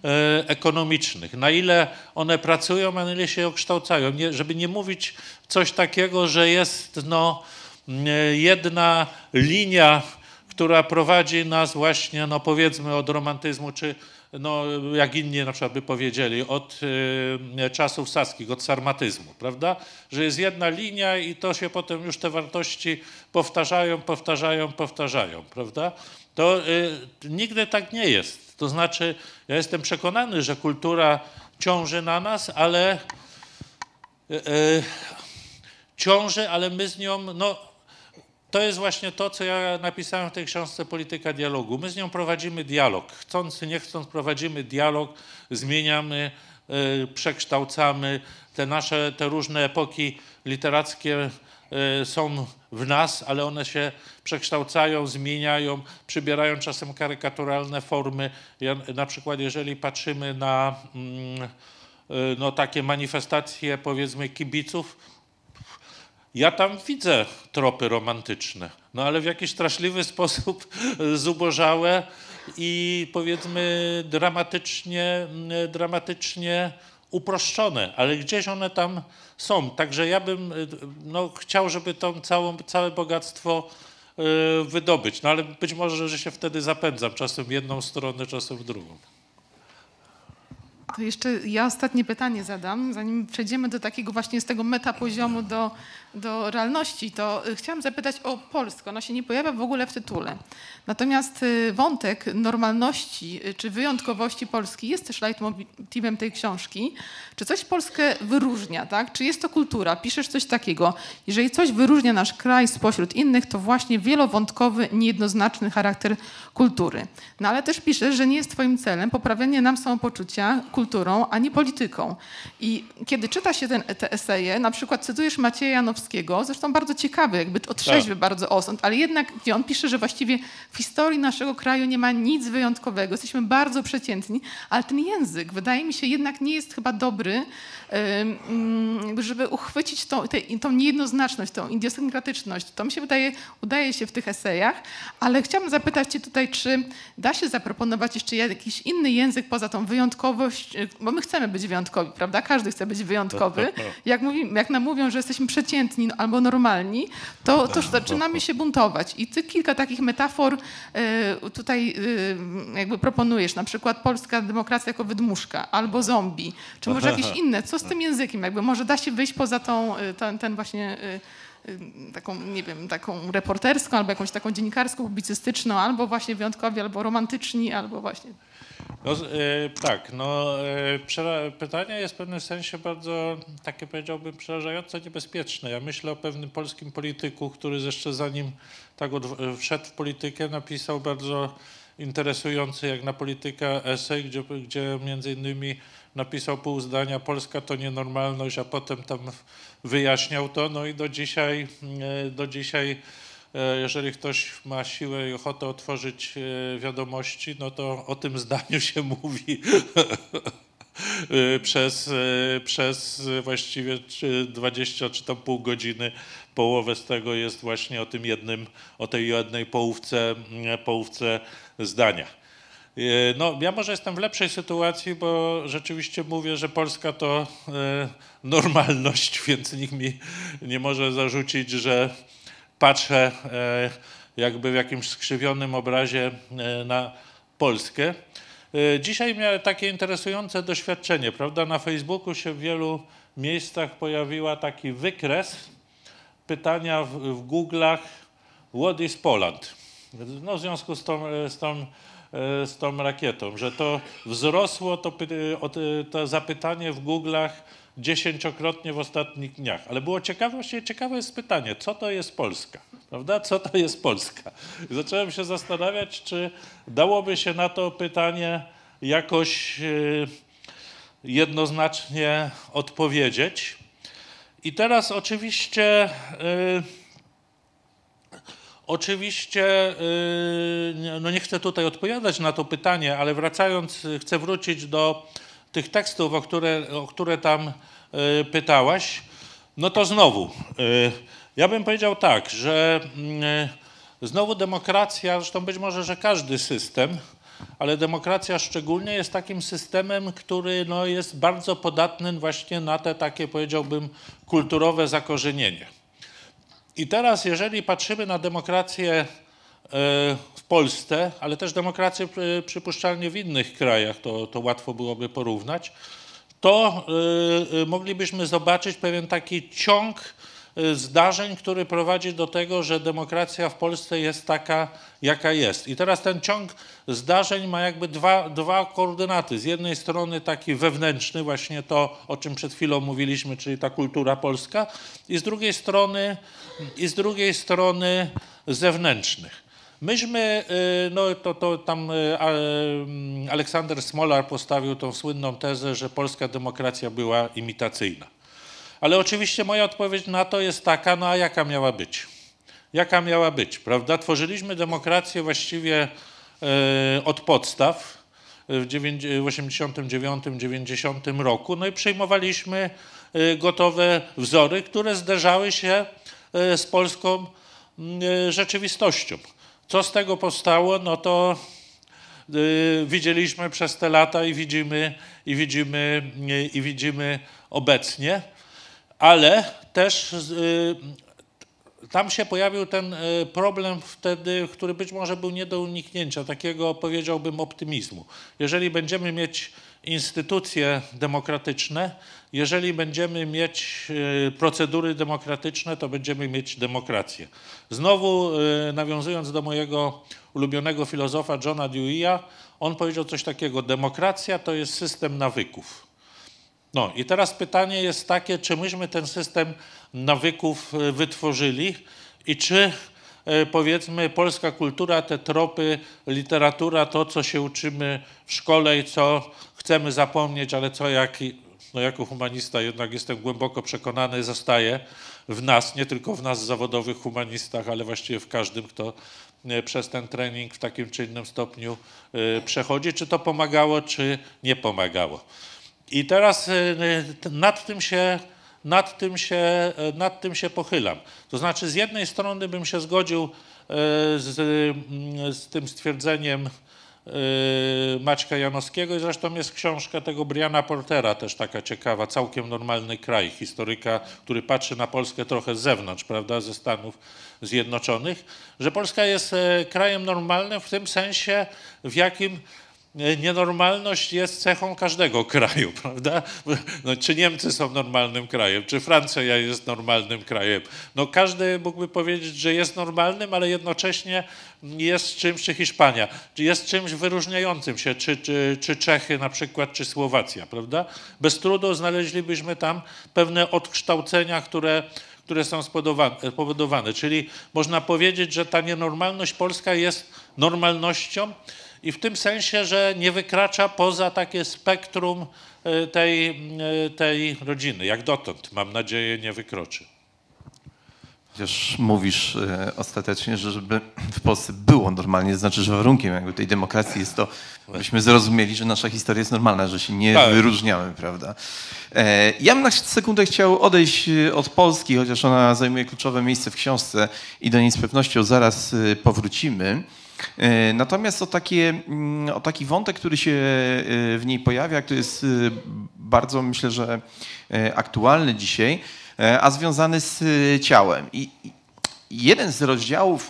ekonomicznych. Na ile one pracują, a na ile się okształcają. Nie, żeby nie mówić coś takiego, że jest no, jedna linia, która prowadzi nas właśnie, no powiedzmy, od romantyzmu, czy no, jak inni na przykład by powiedzieli, od y, czasów saskich, od sarmatyzmu, prawda? Że jest jedna linia i to się potem już te wartości powtarzają, powtarzają, powtarzają, prawda? To y, nigdy tak nie jest. To znaczy, ja jestem przekonany, że kultura ciąży na nas, ale y, y, ciąży, ale my z nią, no, to jest właśnie to, co ja napisałem w tej książce Polityka dialogu. My z nią prowadzimy dialog. Chcąc, nie chcąc, prowadzimy dialog, zmieniamy, y, przekształcamy. Te nasze, te różne epoki literackie y, są w nas, ale one się przekształcają, zmieniają, przybierają czasem karykaturalne formy. Ja, na przykład jeżeli patrzymy na mm, y, no, takie manifestacje, powiedzmy, kibiców, ja tam widzę tropy romantyczne, no ale w jakiś straszliwy sposób zubożałe i powiedzmy dramatycznie, dramatycznie uproszczone, ale gdzieś one tam są. Także ja bym no, chciał, żeby to całą, całe bogactwo y, wydobyć, no ale być może, że się wtedy zapędzam, czasem w jedną stronę, czasem w drugą. To jeszcze ja ostatnie pytanie zadam, zanim przejdziemy do takiego właśnie z tego metapoziomu do, do realności, to chciałam zapytać o Polskę. Ona się nie pojawia w ogóle w tytule. Natomiast wątek normalności czy wyjątkowości Polski jest też leitmotivem tej książki. Czy coś Polskę wyróżnia, tak? Czy jest to kultura? Piszesz coś takiego. Jeżeli coś wyróżnia nasz kraj spośród innych, to właśnie wielowątkowy, niejednoznaczny charakter kultury. No ale też piszesz, że nie jest twoim celem poprawienie nam samopoczucia kulturą, ani polityką. I kiedy czyta się ten, te eseje, na przykład cytujesz Macieja Janowskiego, zresztą bardzo ciekawy, jakby otrzeźwy tak. bardzo osąd, ale jednak gdzie on pisze, że właściwie w historii naszego kraju nie ma nic wyjątkowego, jesteśmy bardzo przeciętni, ale ten język wydaje mi się jednak nie jest chyba dobry, żeby uchwycić tą, te, tą niejednoznaczność, tą idiosynkratyczność. To mi się wydaje, udaje się w tych esejach, ale chciałabym zapytać cię tutaj, czy da się zaproponować jeszcze jakiś inny język poza tą wyjątkowość, bo my chcemy być wyjątkowi, prawda? Każdy chce być wyjątkowy. Jak, mówi, jak nam mówią, że jesteśmy przeciętni albo normalni, to, to zaczynamy się buntować. I ty kilka takich metafor y, tutaj y, jakby proponujesz, na przykład polska demokracja jako wydmuszka albo zombie, czy może jakieś inne. Co z tym językiem? Jakby może da się wyjść poza tą, ten, ten właśnie y, y, taką, nie wiem, taką reporterską, albo jakąś taką dziennikarską, publicystyczną, albo właśnie wyjątkowi, albo romantyczni, albo właśnie... No, e, tak, no e, pytanie jest w pewnym sensie bardzo, takie powiedziałbym, przerażająco niebezpieczne. Ja myślę o pewnym polskim polityku, który jeszcze zanim tak od, wszedł w politykę, napisał bardzo interesujący jak na politykę esej, gdzie, gdzie między innymi napisał pół zdania Polska to nienormalność, a potem tam wyjaśniał to, no i do dzisiaj, do dzisiaj jeżeli ktoś ma siłę i ochotę otworzyć wiadomości, no to o tym zdaniu się mówi przez, przez właściwie dwadzieścia czy tam pół godziny. Połowę z tego jest właśnie o tym jednym, o tej jednej połówce, połówce zdania. No, ja może jestem w lepszej sytuacji, bo rzeczywiście mówię, że Polska to normalność, więc nikt mi nie może zarzucić, że patrzę jakby w jakimś skrzywionym obrazie na Polskę. Dzisiaj miałem takie interesujące doświadczenie, prawda? Na Facebooku się w wielu miejscach pojawiła taki wykres pytania w, w Google'ach What is Poland? No w związku z tą, z tą, z tą rakietą, że to wzrosło to, to zapytanie w Google'ach dziesięciokrotnie w ostatnich dniach. Ale było ciekawe, właściwie ciekawe jest pytanie, co to jest Polska? Prawda? Co to jest Polska? I zacząłem się zastanawiać, czy dałoby się na to pytanie jakoś jednoznacznie odpowiedzieć. I teraz oczywiście Oczywiście, no nie chcę tutaj odpowiadać na to pytanie, ale wracając, chcę wrócić do tych tekstów, o które, o które tam pytałaś. No to znowu, ja bym powiedział tak, że znowu demokracja, zresztą być może, że każdy system ale demokracja szczególnie jest takim systemem, który no, jest bardzo podatny właśnie na te takie, powiedziałbym, kulturowe zakorzenienie. I teraz, jeżeli patrzymy na demokrację w Polsce, ale też demokrację przypuszczalnie w innych krajach, to, to łatwo byłoby porównać, to moglibyśmy zobaczyć pewien taki ciąg zdarzeń, który prowadzi do tego, że demokracja w Polsce jest taka, jaka jest. I teraz ten ciąg zdarzeń ma jakby dwa, dwa koordynaty. Z jednej strony taki wewnętrzny, właśnie to, o czym przed chwilą mówiliśmy, czyli ta kultura polska, i z drugiej strony, i z drugiej strony zewnętrznych. Myśmy, no to, to tam Aleksander Smolar postawił tą słynną tezę, że polska demokracja była imitacyjna. Ale oczywiście moja odpowiedź na to jest taka, no a jaka miała być? Jaka miała być, prawda? Tworzyliśmy demokrację właściwie od podstaw w osiemdziesiątym dziewiątym dziewięćdziesiątym roku, no i przyjmowaliśmy gotowe wzory, które zderzały się z polską rzeczywistością. Co z tego powstało, no to y, widzieliśmy przez te lata i widzimy, i widzimy, y, i widzimy obecnie, ale też y, tam się pojawił ten y, problem wtedy, który być może był nie do uniknięcia, takiego powiedziałbym optymizmu. Jeżeli będziemy mieć instytucje demokratyczne, jeżeli będziemy mieć procedury demokratyczne, to będziemy mieć demokrację. Znowu nawiązując do mojego ulubionego filozofa Johna Dewey'a, on powiedział coś takiego: demokracja to jest system nawyków. No i teraz pytanie jest takie, czy myśmy ten system nawyków wytworzyli i czy powiedzmy polska kultura, te tropy, literatura, to co się uczymy w szkole i co chcemy zapomnieć, ale co jak, no jako humanista jednak jestem głęboko przekonany, zostaje w nas, nie tylko w nas zawodowych humanistach, ale właściwie w każdym, kto przez ten trening w takim czy innym stopniu przechodzi, czy to pomagało, czy nie pomagało. I teraz nad tym się Nad tym, się, nad tym się pochylam. To znaczy z jednej strony bym się zgodził z, z tym stwierdzeniem Maćka Janowskiego i zresztą jest książka tego Briana Portera, też taka ciekawa, Całkiem normalny kraj, historyka, który patrzy na Polskę trochę z zewnątrz, prawda, ze Stanów Zjednoczonych, że Polska jest krajem normalnym w tym sensie, w jakim nienormalność jest cechą każdego kraju, prawda? No, czy Niemcy są normalnym krajem, czy Francja jest normalnym krajem? No każdy mógłby powiedzieć, że jest normalnym, ale jednocześnie jest czymś, czy Hiszpania, czy jest czymś wyróżniającym się, czy, czy, czy Czechy na przykład, czy Słowacja, prawda? Bez trudu znaleźlibyśmy tam pewne odkształcenia, które które są spowodowane. Czyli można powiedzieć, że ta nienormalność polska jest normalnością, i w tym sensie, że nie wykracza poza takie spektrum tej, tej rodziny. Jak dotąd, mam nadzieję, nie wykroczy. Chociaż mówisz e, ostatecznie, że żeby w Polsce było normalnie, to znaczy, że warunkiem jakby tej demokracji jest to, byśmy zrozumieli, że nasza historia jest normalna, że się nie tak. wyróżniamy, prawda? E, ja bym na sekundę chciał odejść od Polski, chociaż ona zajmuje kluczowe miejsce w książce i do niej z pewnością zaraz powrócimy. Natomiast o, takie, o taki wątek, który się w niej pojawia, który jest bardzo, myślę, że aktualny dzisiaj, a związany z ciałem. I jeden z rozdziałów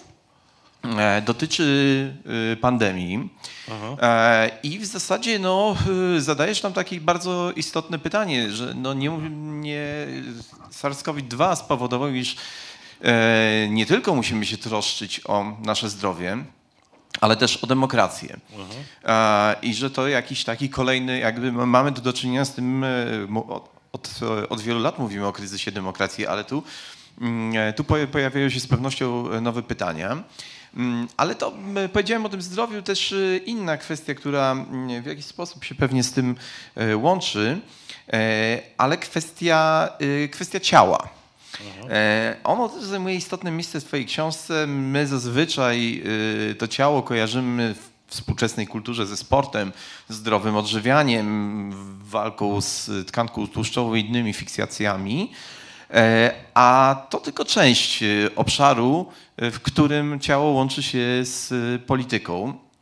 dotyczy pandemii. Aha. I w zasadzie no, zadajesz tam takie bardzo istotne pytanie, że no nie, nie SARS-CoV dwa spowodował, iż nie tylko musimy się troszczyć o nasze zdrowie, ale też o demokrację. Uh-huh. I że to jakiś taki kolejny, jakby mamy do czynienia z tym, od, od, od wielu lat mówimy o kryzysie demokracji, ale tu, tu pojawiają się z pewnością nowe pytania. Ale to powiedziałem o tym zdrowiu, też inna kwestia, która w jakiś sposób się pewnie z tym łączy, ale kwestia, kwestia ciała. E, ono też zajmuje istotne miejsce w twojej książce. My zazwyczaj y, to ciało kojarzymy w współczesnej kulturze ze sportem, zdrowym odżywianiem, walką z tkanką tłuszczową i innymi fiksacjami, e, a to tylko część obszaru, w którym ciało łączy się z polityką.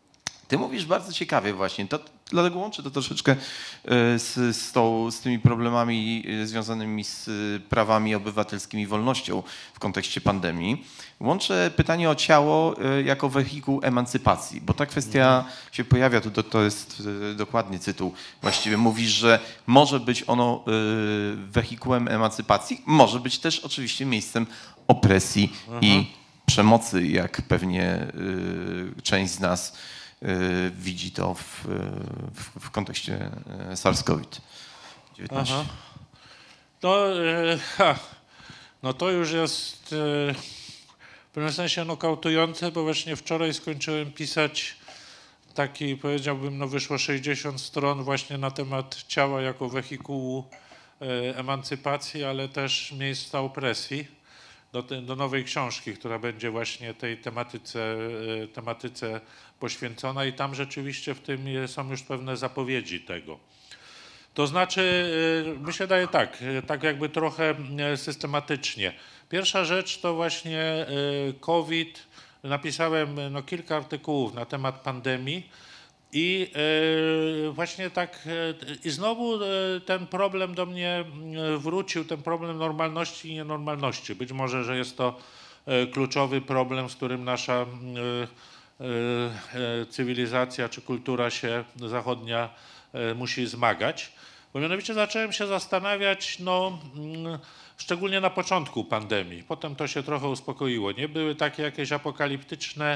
Ty mówisz bardzo ciekawie właśnie, to, dlatego łączę to troszeczkę z, z, tą, z tymi problemami związanymi z prawami obywatelskimi, wolnością w kontekście pandemii. Łączę pytanie o ciało jako wehikuł emancypacji, bo ta kwestia się pojawia, tu to, to jest dokładnie tytuł właściwie. Mówisz, że może być ono wehikułem emancypacji, może być też oczywiście miejscem opresji Aha. i przemocy, jak pewnie część z nas widzi to w, w, w kontekście SARS-CoV dziewiętnaście. Aha. No, e, ha, no to już jest e, w pewnym sensie nokautujące, bo właśnie wczoraj skończyłem pisać taki, powiedziałbym, no wyszło sześćdziesiąt stron właśnie na temat ciała jako wehikułu e, emancypacji, ale też miejsca opresji. Do, do nowej książki, która będzie właśnie tej tematyce, tematyce poświęcona i tam rzeczywiście w tym są już pewne zapowiedzi tego. To znaczy, mi się daje tak, tak jakby trochę systematycznie. Pierwsza rzecz to właśnie COVID. Napisałem no, kilka artykułów na temat pandemii. I y, właśnie tak, y, i znowu y, ten problem do mnie wrócił, ten problem normalności i nienormalności. Być może, że jest to y, kluczowy problem, z którym nasza y, y, cywilizacja czy kultura się zachodnia y, musi zmagać. Bo mianowicie zacząłem się zastanawiać, no, y, szczególnie na początku pandemii. Potem to się trochę uspokoiło. Nie były takie jakieś apokaliptyczne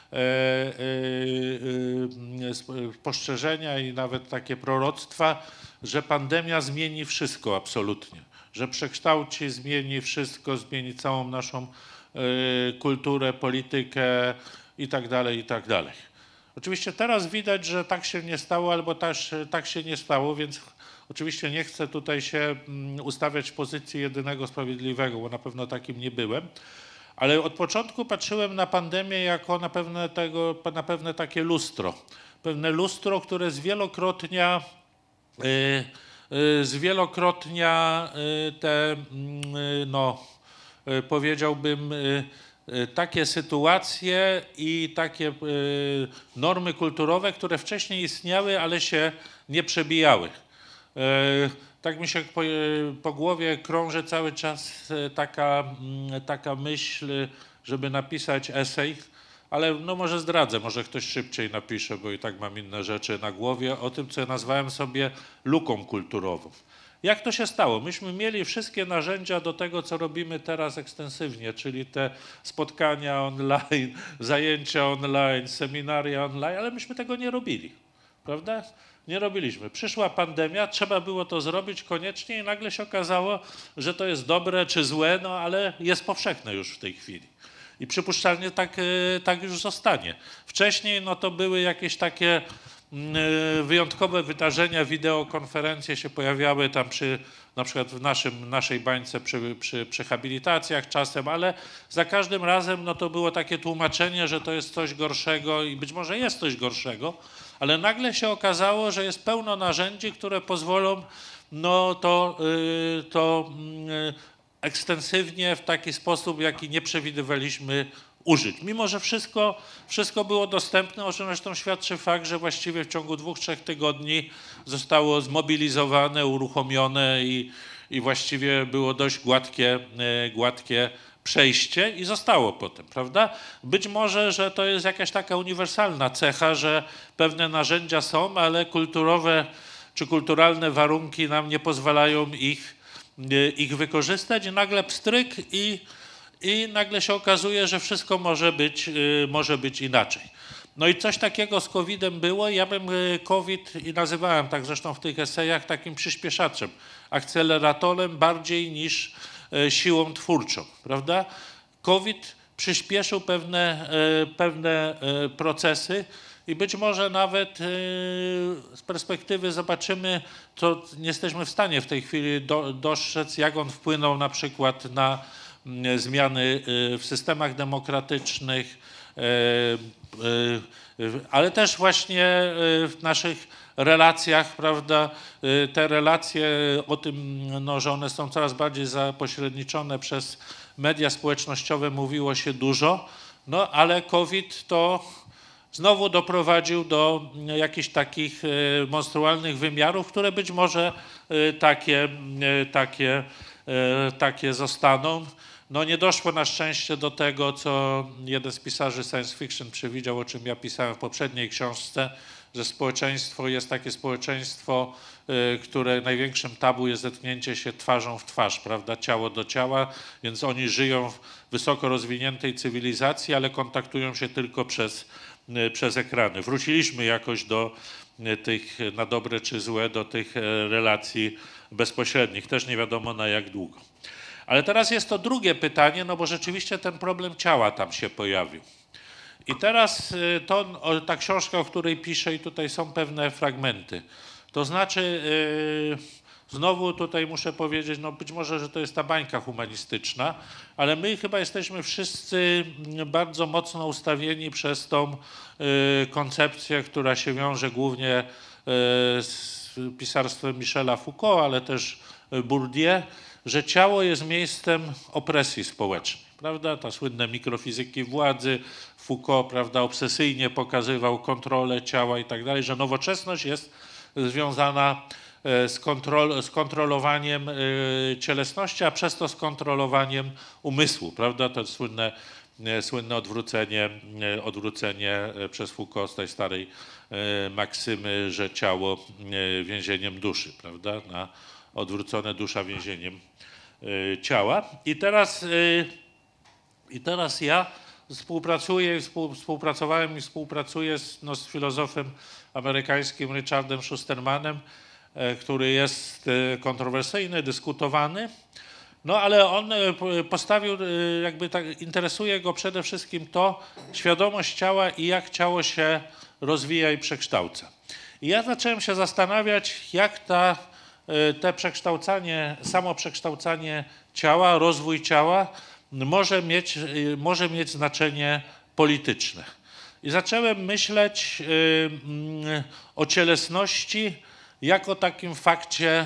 spostrzeżenia i nawet takie proroctwa, że pandemia zmieni wszystko absolutnie, że przekształci, zmieni wszystko, zmieni całą naszą kulturę, politykę i tak dalej, i tak dalej. Oczywiście teraz widać, że tak się nie stało albo też tak się nie stało, więc oczywiście nie chcę tutaj się ustawiać w pozycji jedynego sprawiedliwego, bo na pewno takim nie byłem. Ale od początku patrzyłem na pandemię jako na pewne, tego, na pewne takie lustro. Pewne lustro, które zwielokrotnia, yy, zwielokrotnia yy, te, yy, no, yy, powiedziałbym, yy, takie sytuacje i takie yy, normy kulturowe, które wcześniej istniały, ale się nie przebijały. Yy, Tak mi się po, po głowie krąży cały czas taka, taka myśl, żeby napisać esej, ale no może zdradzę, może ktoś szybciej napisze, bo i tak mam inne rzeczy na głowie, o tym, co ja nazwałem sobie luką kulturową. Jak to się stało? Myśmy mieli wszystkie narzędzia do tego, co robimy teraz ekstensywnie, czyli te spotkania online, zajęcia online, seminaria online, ale myśmy tego nie robili, prawda? Nie robiliśmy. Przyszła pandemia, trzeba było to zrobić koniecznie i nagle się okazało, że to jest dobre czy złe, no ale jest powszechne już w tej chwili. I przypuszczalnie tak, tak już zostanie. Wcześniej no to były jakieś takie wyjątkowe wydarzenia, wideokonferencje się pojawiały tam przy, na przykład w naszym, naszej bańce przy, przy, przy habilitacjach czasem, ale za każdym razem no to było takie tłumaczenie, że to jest coś gorszego i być może jest coś gorszego, ale nagle się okazało, że jest pełno narzędzi, które pozwolą no to, yy, to yy, ekstensywnie w taki sposób, jaki nie przewidywaliśmy, użyć. Mimo że wszystko, wszystko było dostępne, o czym zresztą świadczy fakt, że właściwie w ciągu dwóch, trzech tygodni zostało zmobilizowane, uruchomione i, i właściwie było dość gładkie, gładkie przejście i zostało potem, prawda? Być może, że to jest jakaś taka uniwersalna cecha, że pewne narzędzia są, ale kulturowe czy kulturalne warunki nam nie pozwalają ich, ich wykorzystać i nagle pstryk i I nagle się okazuje, że wszystko może być, może być inaczej. No i coś takiego z kowidem było. Ja bym COVID, i nazywałem tak zresztą w tych esejach, takim przyspieszaczem, akceleratorem bardziej niż siłą twórczą, prawda? COVID przyspieszył pewne, pewne procesy i być może nawet z perspektywy zobaczymy, co nie jesteśmy w stanie w tej chwili do, dostrzec, jak on wpłynął na przykład na zmiany w systemach demokratycznych, ale też właśnie w naszych relacjach, prawda, te relacje o tym, no, że one są coraz bardziej zapośredniczone przez media społecznościowe, mówiło się dużo, no ale COVID to znowu doprowadził do jakichś takich monstrualnych wymiarów, które być może takie, takie, takie zostaną. No nie doszło na szczęście do tego, co jeden z pisarzy science fiction przewidział, o czym ja pisałem w poprzedniej książce, że społeczeństwo jest takie społeczeństwo, które największym tabu jest zetknięcie się twarzą w twarz, prawda, ciało do ciała, więc oni żyją w wysoko rozwiniętej cywilizacji, ale kontaktują się tylko przez, przez ekrany. Wróciliśmy jakoś do tych, na dobre czy złe, do tych relacji bezpośrednich, też nie wiadomo na jak długo. Ale teraz jest to drugie pytanie, no bo rzeczywiście ten problem ciała tam się pojawił. I teraz to, ta książka, o której piszę, i tutaj są pewne fragmenty. To znaczy, yy, znowu tutaj muszę powiedzieć, no być może, że to jest ta bańka humanistyczna, ale my chyba jesteśmy wszyscy bardzo mocno ustawieni przez tą yy, koncepcję, która się wiąże głównie yy, z pisarstwem Michela Foucault, ale też Bourdieu, że ciało jest miejscem opresji społecznej, prawda? Ta słynne mikrofizyki władzy, Foucault, prawda, obsesyjnie pokazywał kontrolę ciała i tak dalej, że nowoczesność jest związana z, kontrol, z kontrolowaniem cielesności, a przez to z kontrolowaniem umysłu, prawda? To słynne, słynne odwrócenie, odwrócenie przez Foucault z tej starej maksymy, że ciało więzieniem duszy, prawda? Na odwrócone dusza więzieniem ciała. I teraz, i teraz ja współpracuję, współpracowałem i współpracuję z, no, z filozofem amerykańskim Richardem Schustermanem, który jest kontrowersyjny, dyskutowany, no ale on postawił, jakby tak, interesuje go przede wszystkim to, świadomość ciała i jak ciało się rozwija i przekształca. I ja zacząłem się zastanawiać, jak ta te przekształcanie, samo przekształcanie ciała, rozwój ciała może mieć, może mieć znaczenie polityczne. I zacząłem myśleć o cielesności jako takim fakcie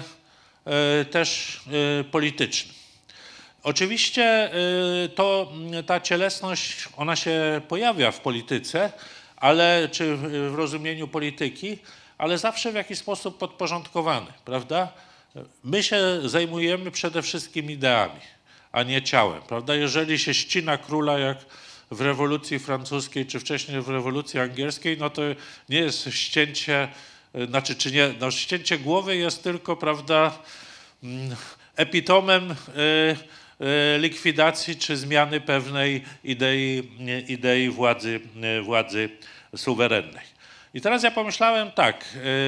też politycznym. Oczywiście to, ta cielesność, ona się pojawia w polityce, ale, czy w rozumieniu polityki, ale zawsze w jakiś sposób podporządkowany, prawda? My się zajmujemy przede wszystkim ideami, a nie ciałem, prawda? Jeżeli się ścina króla jak w rewolucji francuskiej, czy wcześniej w rewolucji angielskiej, no to nie jest ścięcie, znaczy, czy nie, no ścięcie głowy jest tylko, prawda, epitomem likwidacji czy zmiany pewnej idei, idei władzy, władzy suwerennej. I teraz ja pomyślałem tak,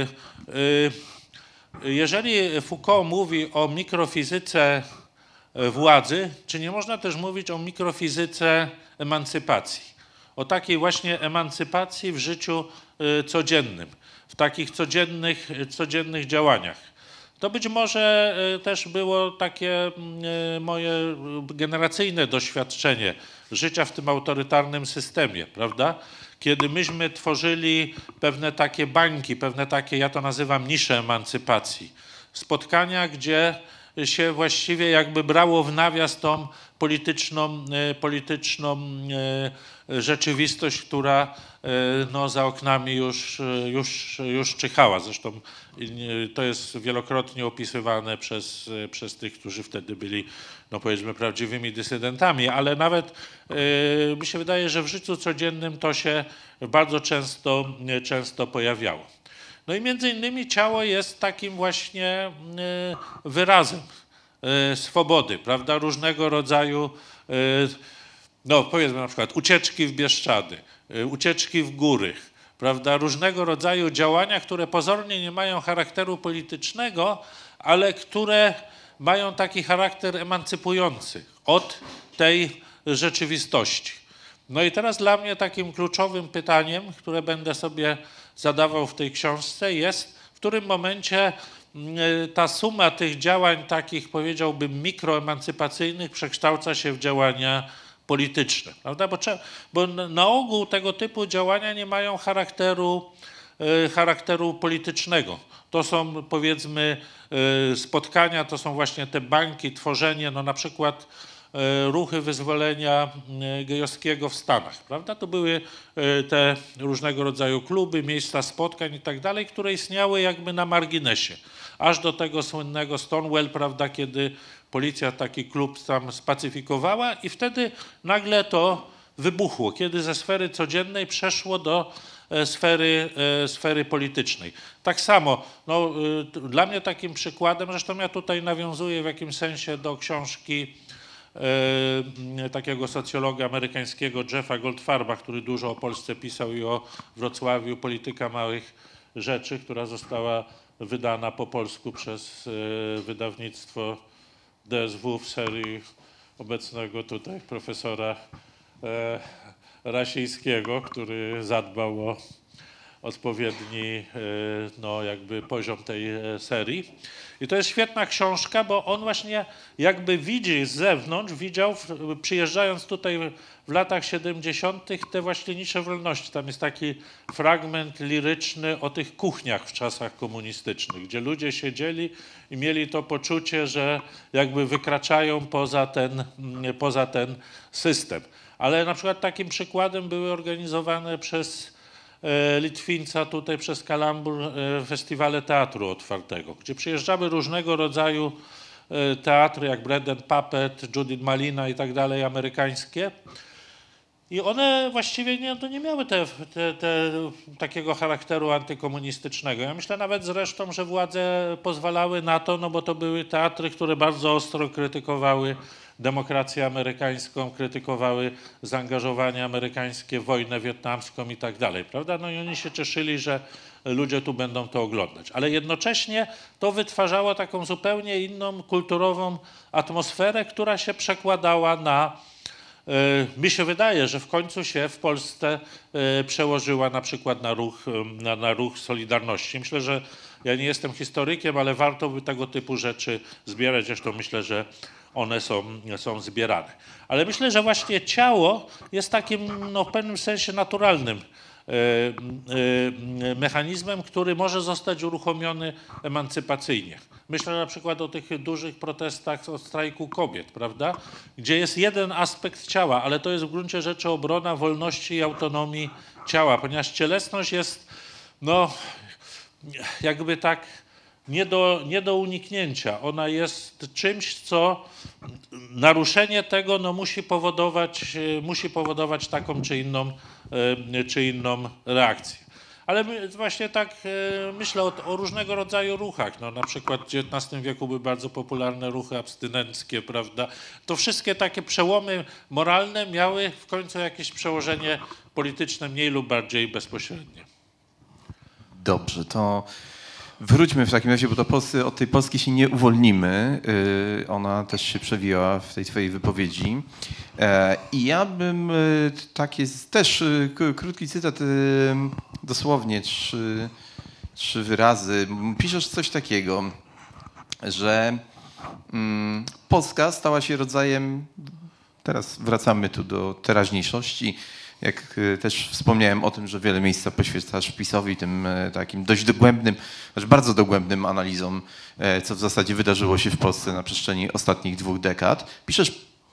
jeżeli Foucault mówi o mikrofizyce władzy, czy nie można też mówić o mikrofizyce emancypacji? O takiej właśnie emancypacji w życiu codziennym, w takich codziennych, codziennych działaniach. To być może też było takie moje generacyjne doświadczenie życia w tym autorytarnym systemie, prawda? Kiedy myśmy tworzyli pewne takie bańki, pewne takie, ja to nazywam nisze emancypacji, spotkania, gdzie się właściwie jakby brało w nawias tą polityczną, polityczną rzeczywistość, która no, za oknami już, już, już czyhała. Zresztą to jest wielokrotnie opisywane przez, przez tych, którzy wtedy byli, no powiedzmy, prawdziwymi dysydentami, ale nawet yy, mi się wydaje, że w życiu codziennym to się bardzo często, często pojawiało. No i między innymi ciało jest takim właśnie yy, wyrazem yy, swobody, prawda, różnego rodzaju, yy, no powiedzmy na przykład ucieczki w Bieszczady, yy, ucieczki w góry, prawda, różnego rodzaju działania, które pozornie nie mają charakteru politycznego, ale które mają taki charakter emancypujący od tej rzeczywistości. No i teraz dla mnie takim kluczowym pytaniem, które będę sobie zadawał w tej książce, jest, w którym momencie ta suma tych działań takich, powiedziałbym, mikroemancypacyjnych przekształca się w działania polityczne, prawda? Bo, bo na ogół tego typu działania nie mają charakteru, charakteru politycznego. To są, powiedzmy, spotkania, to są właśnie te bańki, tworzenie, no na przykład ruchy wyzwolenia gejowskiego w Stanach, prawda? To były te różnego rodzaju kluby, miejsca spotkań i tak dalej, które istniały jakby na marginesie. Aż do tego słynnego Stonewall, prawda, kiedy policja taki klub tam spacyfikowała i wtedy nagle to wybuchło, kiedy ze sfery codziennej przeszło do sfery, sfery politycznej. Tak samo, no, dla mnie takim przykładem, zresztą ja tutaj nawiązuję w jakimś sensie do książki e, takiego socjologa amerykańskiego Jeffa Goldfarba, który dużo o Polsce pisał i o Wrocławiu, Polityka małych rzeczy, która została wydana po polsku przez e, wydawnictwo D S W w serii obecnego tutaj profesora e, Rasińskiego, który zadbał o odpowiedni no, jakby poziom tej serii. I to jest świetna książka, bo on właśnie jakby widzi z zewnątrz, widział przyjeżdżając tutaj w latach siedemdziesiątych te właśnie nicze wolności. Tam jest taki fragment liryczny o tych kuchniach w czasach komunistycznych, gdzie ludzie siedzieli i mieli to poczucie, że jakby wykraczają poza ten, poza ten system. Ale na przykład takim przykładem były organizowane przez Litwinca tutaj przez Kalambur festiwale teatru otwartego, gdzie przyjeżdżały różnego rodzaju teatry jak Bread and Puppet, Judith Malina i tak dalej, amerykańskie. I one właściwie nie, to nie miały te, te, te, takiego charakteru antykomunistycznego. Ja myślę nawet zresztą, że władze pozwalały na to, no bo to były teatry, które bardzo ostro krytykowały demokrację amerykańską, krytykowały zaangażowanie amerykańskie w wojnę wietnamską i tak dalej, prawda? No i oni się cieszyli, że ludzie tu będą to oglądać. Ale jednocześnie to wytwarzało taką zupełnie inną kulturową atmosferę, która się przekładała na, mi się wydaje, że w końcu się w Polsce przełożyła na przykład na ruch, na, na ruch Solidarności. Myślę, że ja nie jestem historykiem, ale warto by tego typu rzeczy zbierać. Zresztą myślę, że one są, są zbierane. Ale myślę, że właśnie ciało jest takim no, w pewnym sensie naturalnym e, e, mechanizmem, który może zostać uruchomiony emancypacyjnie. Myślę na przykład o tych dużych protestach, o strajku kobiet, prawda? Gdzie jest jeden aspekt ciała, ale to jest w gruncie rzeczy obrona wolności i autonomii ciała, ponieważ cielesność jest no, jakby tak nie do, nie do uniknięcia. Ona jest czymś, co naruszenie tego no, musi powodować, musi powodować taką czy inną, czy inną reakcję. Ale właśnie tak myślę o, o różnego rodzaju ruchach. No, na przykład w dziewiętnastym wieku były bardzo popularne ruchy abstynenckie, prawda? To wszystkie takie przełomy moralne miały w końcu jakieś przełożenie polityczne mniej lub bardziej bezpośrednie. Dobrze, to wróćmy w takim razie, bo to Polscy, od tej Polski się nie uwolnimy. Yy, ona też się przewijała w tej twojej wypowiedzi. Yy, I ja bym, yy, tak jest też yy, krótki cytat, yy, dosłownie trzy, trzy wyrazy. Piszesz coś takiego, że yy, Polska stała się rodzajem, teraz wracamy tu do teraźniejszości, jak też wspomniałem o tym, że wiele miejsca poświęcasz wpisowi tym takim dość dogłębnym, znaczy bardzo dogłębnym analizom, co w zasadzie wydarzyło się w Polsce na przestrzeni ostatnich dwóch dekad. Piszesz,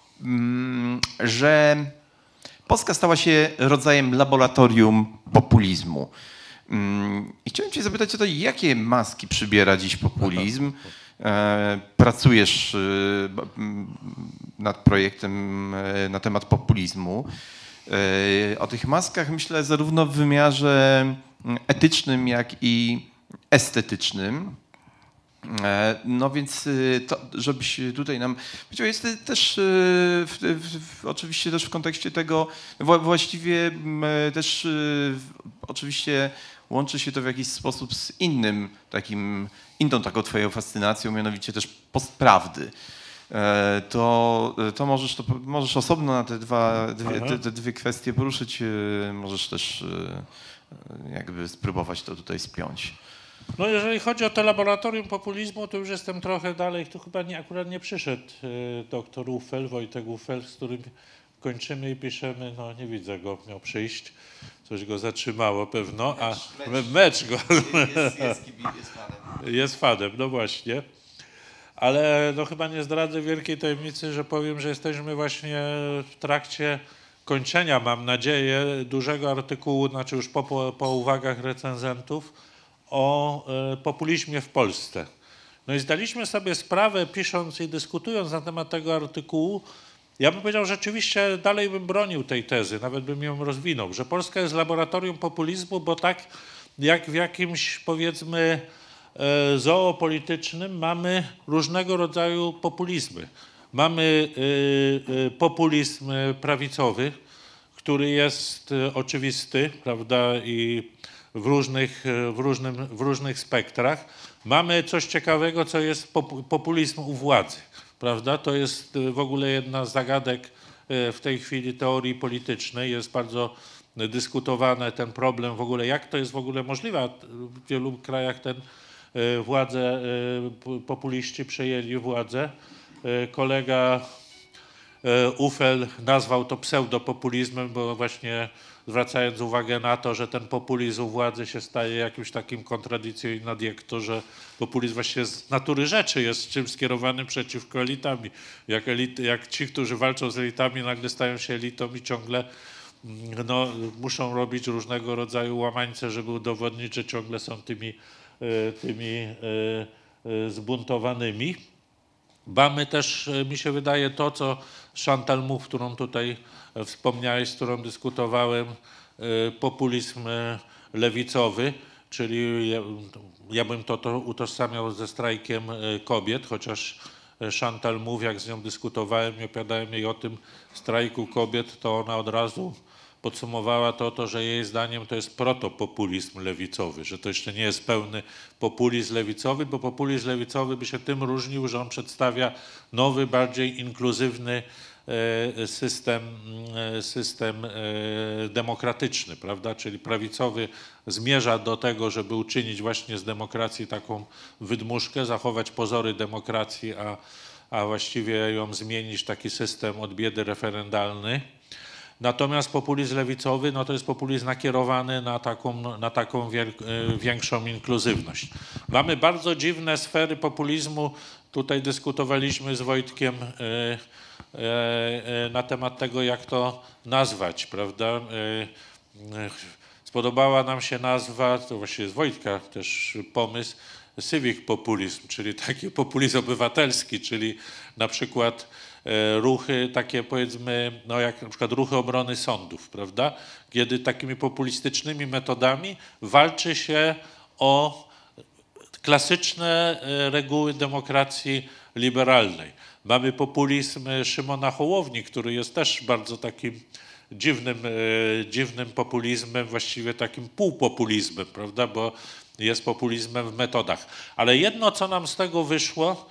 że Polska stała się rodzajem laboratorium populizmu. I chciałem cię zapytać o to, jakie maski przybiera dziś populizm? Pracujesz nad projektem na temat populizmu. O tych maskach myślę zarówno w wymiarze etycznym, jak i estetycznym. No więc to, żebyś tutaj nam powiedział, jest też w, w, w, oczywiście też w kontekście tego, właściwie też oczywiście łączy się to w jakiś sposób z innym takim, inną taką twoją fascynacją, mianowicie też postprawdy. To, to, możesz, to możesz osobno na te, dwa, dwie, te, te dwie kwestie poruszyć, możesz też jakby spróbować to tutaj spiąć. No jeżeli chodzi o to laboratorium populizmu, to już jestem trochę dalej, tu chyba nie, akurat nie przyszedł doktor Ufel, Wojtek Ufel, z którym kończymy i piszemy, no nie widzę go, miał przyjść, coś go zatrzymało pewno, a mecz, mecz go. Jest, jest, jest, jest fadem. Jest fadem, no właśnie. ale no chyba nie zdradzę wielkiej tajemnicy, że powiem, że jesteśmy właśnie w trakcie kończenia, mam nadzieję, dużego artykułu, znaczy już po, po, po uwagach recenzentów, o e, populizmie w Polsce. No i zdaliśmy sobie sprawę, pisząc i dyskutując na temat tego artykułu, ja bym powiedział, że rzeczywiście dalej bym bronił tej tezy, nawet bym ją rozwinął, że Polska jest laboratorium populizmu, bo tak jak w jakimś, powiedzmy, e, zoopolitycznym mamy różnego rodzaju populizmy. Mamy y, y, populizm prawicowy, który jest oczywisty, prawda, i w różnych, w, różnym, w różnych spektrach. Mamy coś ciekawego, co jest populizm u władzy, prawda? To jest w ogóle jedna z zagadek w tej chwili teorii politycznej. Jest bardzo dyskutowany ten problem w ogóle, jak to jest w ogóle możliwe. W wielu krajach ten władze, populiści przejęli władzę. Kolega Ufel nazwał to pseudopopulizmem, bo właśnie zwracając uwagę na to, że ten populizm u władzy się staje jakimś takim kontradicją in adjecto, że populizm właśnie z natury rzeczy jest czymś skierowanym przeciwko elitom. Jak, elit, jak ci, którzy walczą z elitami, nagle stają się elitą i ciągle no, muszą robić różnego rodzaju łamańce, żeby udowodnić, że ciągle są tymi, tymi zbuntowanymi. Mamy też, mi się wydaje, to, co Chantal Mouffe, którą tutaj wspomniałeś, z którą dyskutowałem, populizm lewicowy, czyli ja, ja bym to, to utożsamiał ze strajkiem kobiet, chociaż Chantal Mouffe, jak z nią dyskutowałem i opowiadałem jej o tym strajku kobiet, to ona od razu podsumowała to, to, że jej zdaniem to jest protopopulizm lewicowy, że to jeszcze nie jest pełny populizm lewicowy, bo populizm lewicowy by się tym różnił, że on przedstawia nowy, bardziej inkluzywny system, system demokratyczny, prawda? Czyli prawicowy zmierza do tego, żeby uczynić właśnie z demokracji taką wydmuszkę, zachować pozory demokracji, a, a właściwie ją zmienić taki system od biedy referendalny. Natomiast populizm lewicowy, no to jest populizm nakierowany na taką, na taką większą inkluzywność. Mamy bardzo dziwne sfery populizmu. Tutaj dyskutowaliśmy z Wojtkiem na temat tego, jak to nazwać, prawda? Spodobała nam się nazwa, to właściwie z Wojtka też pomysł, civic populizm, czyli taki populizm obywatelski, czyli na przykład ruchy takie, powiedzmy, no jak na przykład ruchy obrony sądów, prawda? Kiedy takimi populistycznymi metodami walczy się o klasyczne reguły demokracji liberalnej. Mamy populizm Szymona Hołowni, który jest też bardzo takim dziwnym, dziwnym populizmem, właściwie takim półpopulizmem, prawda? Bo jest populizmem w metodach. Ale jedno, co nam z tego wyszło,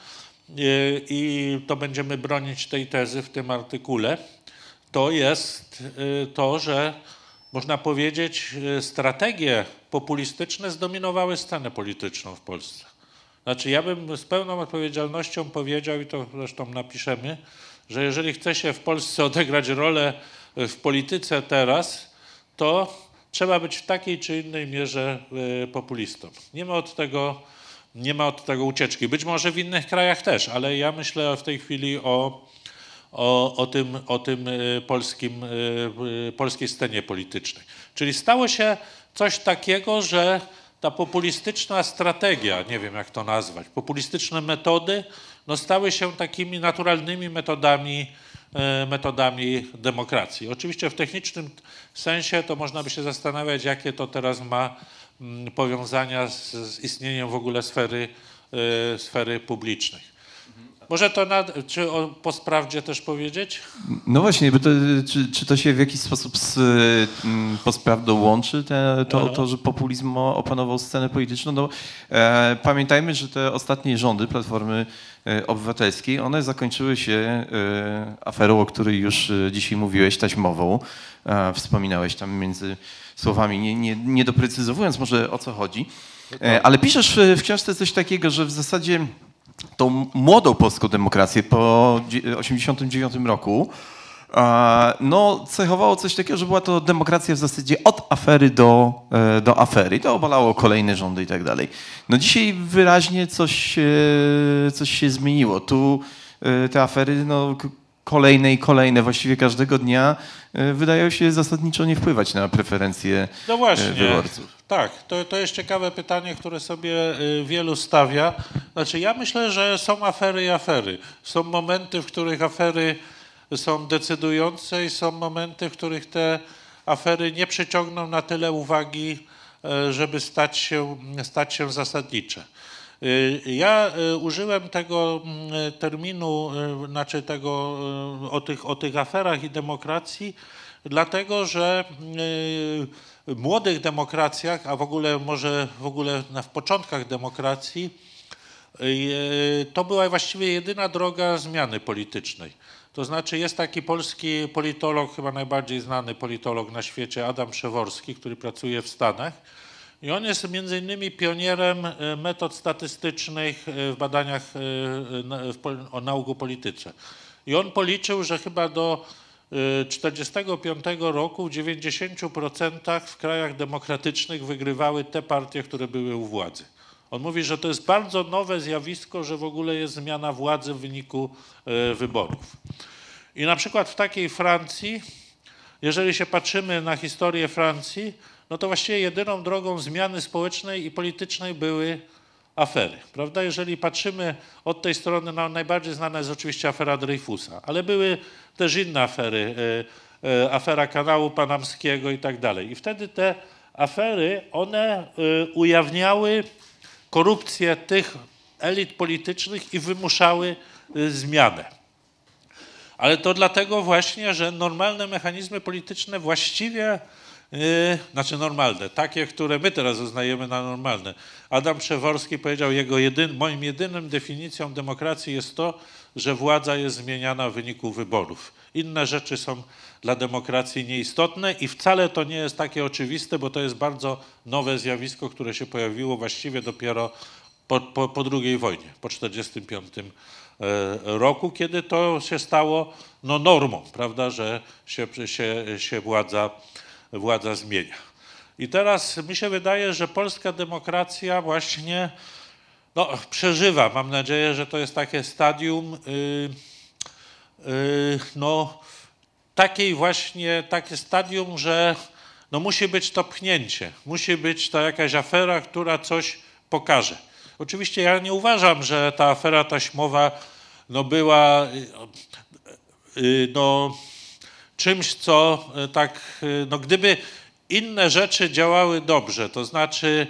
i to będziemy bronić tej tezy w tym artykule, to jest to, że można powiedzieć, strategie populistyczne zdominowały scenę polityczną w Polsce. Znaczy ja bym z pełną odpowiedzialnością powiedział, i to zresztą napiszemy, że jeżeli chce się w Polsce odegrać rolę w polityce teraz, to trzeba być w takiej czy innej mierze populistą. Nie ma od tego Nie ma od tego ucieczki. Być może w innych krajach też, ale ja myślę w tej chwili o, o, o tym, o tym polskim, polskiej scenie politycznej. Czyli stało się coś takiego, że ta populistyczna strategia, nie wiem jak to nazwać, populistyczne metody, no stały się takimi naturalnymi metodami, metodami demokracji. Oczywiście w technicznym sensie to można by się zastanawiać, jakie to teraz ma powiązania z, z istnieniem w ogóle sfery, y, sfery publicznej. Może to na, czy o postprawdzie też powiedzieć? No właśnie, bo to, czy, czy to się w jakiś sposób z m, postprawdą łączy, te, to, to, że populizm opanował scenę polityczną? No, e, pamiętajmy, że te ostatnie rządy Platformy e, Obywatelskiej, one zakończyły się e, aferą, o której już dzisiaj mówiłeś, taśmową. E, wspominałeś tam między słowami, nie, nie, nie doprecyzowując może o co chodzi. E, ale piszesz w książce coś takiego, że w zasadzie tą młodą polską demokrację po osiemdziesiątym dziewiątym roku no, cechowało coś takiego, że była to demokracja w zasadzie od afery do, do afery. To obalało kolejne rządy i tak dalej. No dzisiaj wyraźnie coś, coś się zmieniło. Tu te afery, no, kolejne i kolejne, właściwie każdego dnia wydają się zasadniczo nie wpływać na preferencje no właśnie, wyborców. Tak, to, to jest ciekawe pytanie, które sobie wielu stawia. Znaczy ja myślę, że są afery i afery. Są momenty, w których afery są decydujące i są momenty, w których te afery nie przyciągną na tyle uwagi, żeby stać się, stać się zasadnicze. Ja użyłem tego terminu, znaczy tego o tych, o tych aferach i demokracji, dlatego że w młodych demokracjach, a w ogóle może w ogóle w początkach demokracji, to była właściwie jedyna droga zmiany politycznej. To znaczy jest taki polski politolog, chyba najbardziej znany politolog na świecie, Adam Przeworski, który pracuje w Stanach. I on jest między innymi pionierem metod statystycznych w badaniach o nauk o polityce. I on policzył, że chyba do czterdziestego piątego roku w dziewięćdziesięciu procentach w krajach demokratycznych wygrywały te partie, które były u władzy. On mówi, że to jest bardzo nowe zjawisko, że w ogóle jest zmiana władzy w wyniku wyborów. I na przykład w takiej Francji, jeżeli się patrzymy na historię Francji, no to właściwie jedyną drogą zmiany społecznej i politycznej były afery, prawda? Jeżeli patrzymy od tej strony, no najbardziej znana jest oczywiście afera Dreyfusa, ale były też inne afery, e, e, afera kanału panamskiego i tak dalej. I wtedy te afery, one e, ujawniały korupcję tych elit politycznych i wymuszały e, zmianę. Ale to dlatego właśnie, że normalne mechanizmy polityczne właściwie Yy, znaczy normalne, takie, które my teraz uznajemy na normalne. Adam Przeworski powiedział, jego jedyn, moim jedynym definicją demokracji jest to, że władza jest zmieniana w wyniku wyborów. Inne rzeczy są dla demokracji nieistotne i wcale to nie jest takie oczywiste, bo to jest bardzo nowe zjawisko, które się pojawiło właściwie dopiero po, po, po drugiej wojnie, po czterdziestym piątym roku, kiedy to się stało no, normą, prawda, że się, się, się władza władza zmienia. I teraz mi się wydaje, że polska demokracja właśnie no, przeżywa, mam nadzieję, że to jest takie stadium yy, yy, no, takiej właśnie, takie stadium, że no, musi być to pchnięcie, musi być to jakaś afera, która coś pokaże. Oczywiście ja nie uważam, że ta afera taśmowa no, była yy, no, czymś, co tak, no gdyby inne rzeczy działały dobrze, to znaczy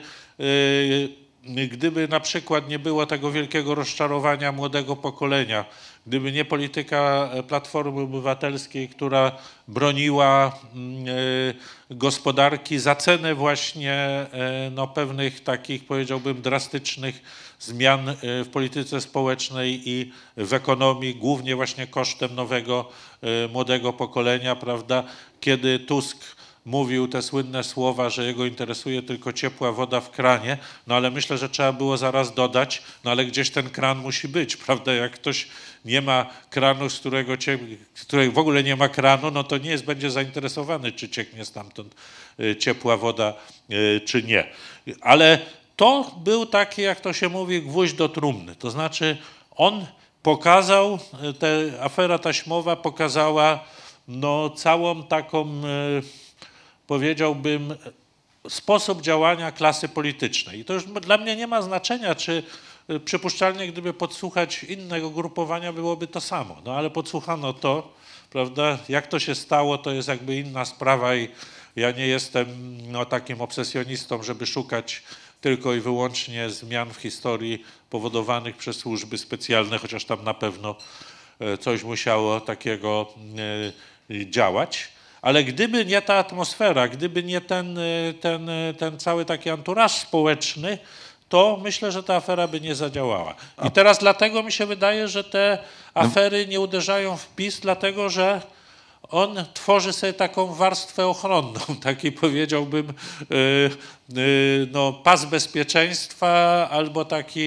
yy, gdyby na przykład nie było tego wielkiego rozczarowania młodego pokolenia, gdyby nie polityka Platformy Obywatelskiej, która broniła yy, gospodarki za cenę właśnie yy, no, pewnych takich, powiedziałbym, drastycznych zmian w polityce społecznej i w ekonomii, głównie właśnie kosztem nowego, młodego pokolenia, prawda? Kiedy Tusk mówił te słynne słowa, że jego interesuje tylko ciepła woda w kranie, no ale myślę, że trzeba było zaraz dodać, no ale gdzieś ten kran musi być, prawda? Jak ktoś nie ma kranu, z którego, cie, z którego w ogóle nie ma kranu, no to nie jest, będzie zainteresowany, czy cieknie stamtąd ciepła woda, czy nie. Ale to był taki, jak to się mówi, gwóźdź do trumny. To znaczy on pokazał, ta afera taśmowa pokazała no, całą taką, powiedziałbym, sposób działania klasy politycznej. I to już dla mnie nie ma znaczenia, czy przypuszczalnie, gdyby podsłuchać innego grupowania, byłoby to samo. No ale podsłuchano to, prawda? Jak to się stało, to jest jakby inna sprawa i ja nie jestem no, takim obsesjonistą, żeby szukać tylko i wyłącznie zmian w historii powodowanych przez służby specjalne, chociaż tam na pewno coś musiało takiego działać. Ale gdyby nie ta atmosfera, gdyby nie ten, ten, ten cały taki anturaż społeczny, to myślę, że ta afera by nie zadziałała. I teraz dlatego mi się wydaje, że te afery nie uderzają w PiS, dlatego że on tworzy sobie taką warstwę ochronną, taki powiedziałbym no, pas bezpieczeństwa albo taki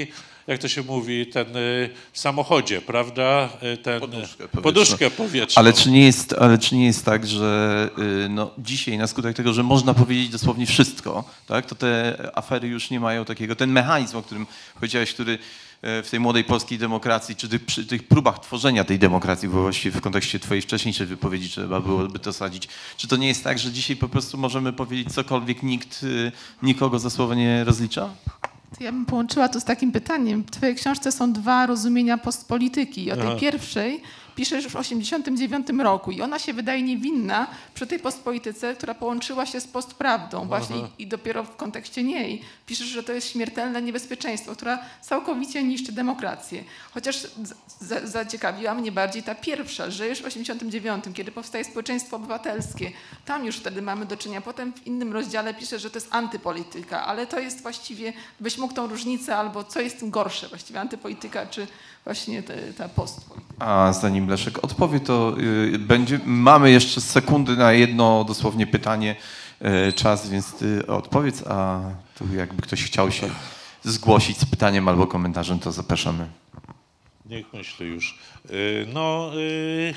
jak to się mówi, ten y, w samochodzie, prawda? Y, ten, Poduszkę y, poduszkę powietrzną. Ale czy nie jest, ale czy nie jest tak, że y, no, dzisiaj na skutek tego, że można powiedzieć dosłownie wszystko, tak, to te afery już nie mają takiego, ten mechanizm, o którym powiedziałeś, który w tej młodej polskiej demokracji, czy tych, przy tych próbach tworzenia tej demokracji, bo właściwie w kontekście twojej wcześniejszej wypowiedzi trzeba byłoby to sadzić. Czy to nie jest tak, że dzisiaj po prostu możemy powiedzieć cokolwiek, nikt nikogo za słowo nie rozlicza? To ja bym połączyła to z takim pytaniem. W twojej książce są dwa rozumienia postpolityki. I o tej Aha. pierwszej piszesz już w osiemdziesiątym dziewiątym roku i ona się wydaje niewinna przy tej postpolityce, która połączyła się z postprawdą właśnie i, i dopiero w kontekście niej piszesz, że to jest śmiertelne niebezpieczeństwo, która całkowicie niszczy demokrację. Chociaż za, zaciekawiła mnie bardziej ta pierwsza, że już w osiemdziesiątym dziewiątym, kiedy powstaje społeczeństwo obywatelskie, tam już wtedy mamy do czynienia. Potem w innym rozdziale piszesz, że to jest antypolityka, ale to jest właściwie, byś mógł tą różnicę albo co jest tym gorsze właściwie, antypolityka czy właśnie te, ta postpolityka. A zanim Leszek odpowie, to y, będzie, mamy jeszcze sekundy na jedno dosłownie pytanie, y, czas, więc ty odpowiedz, a tu jakby ktoś chciał się zgłosić z pytaniem albo komentarzem, to zapraszamy. Niech myśli już. Y, no, y,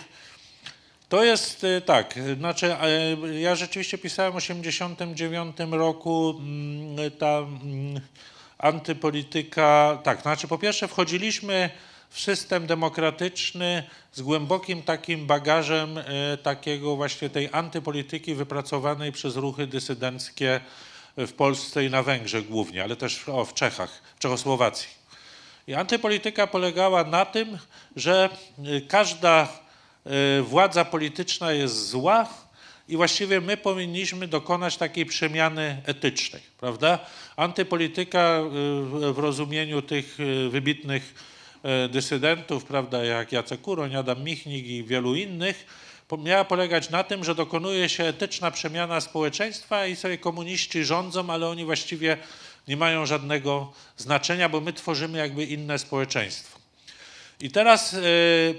to jest y, tak, znaczy y, ja rzeczywiście pisałem w osiemdziesiątym dziewiątym roku y, ta y, antypolityka, tak, znaczy po pierwsze wchodziliśmy w system demokratyczny z głębokim takim bagażem y, takiego właśnie tej antypolityki wypracowanej przez ruchy dysydenckie w Polsce i na Węgrzech głównie, ale też o, w Czechach, w Czechosłowacji. I antypolityka polegała na tym, że y, każda y, władza polityczna jest zła i właściwie my powinniśmy dokonać takiej przemiany etycznej, prawda? Antypolityka y, w rozumieniu tych y, wybitnych dysydentów, prawda, jak Jacek Kuroń, Adam Michnik i wielu innych, miała polegać na tym, że dokonuje się etyczna przemiana społeczeństwa i sobie komuniści rządzą, ale oni właściwie nie mają żadnego znaczenia, bo my tworzymy jakby inne społeczeństwo. I teraz y,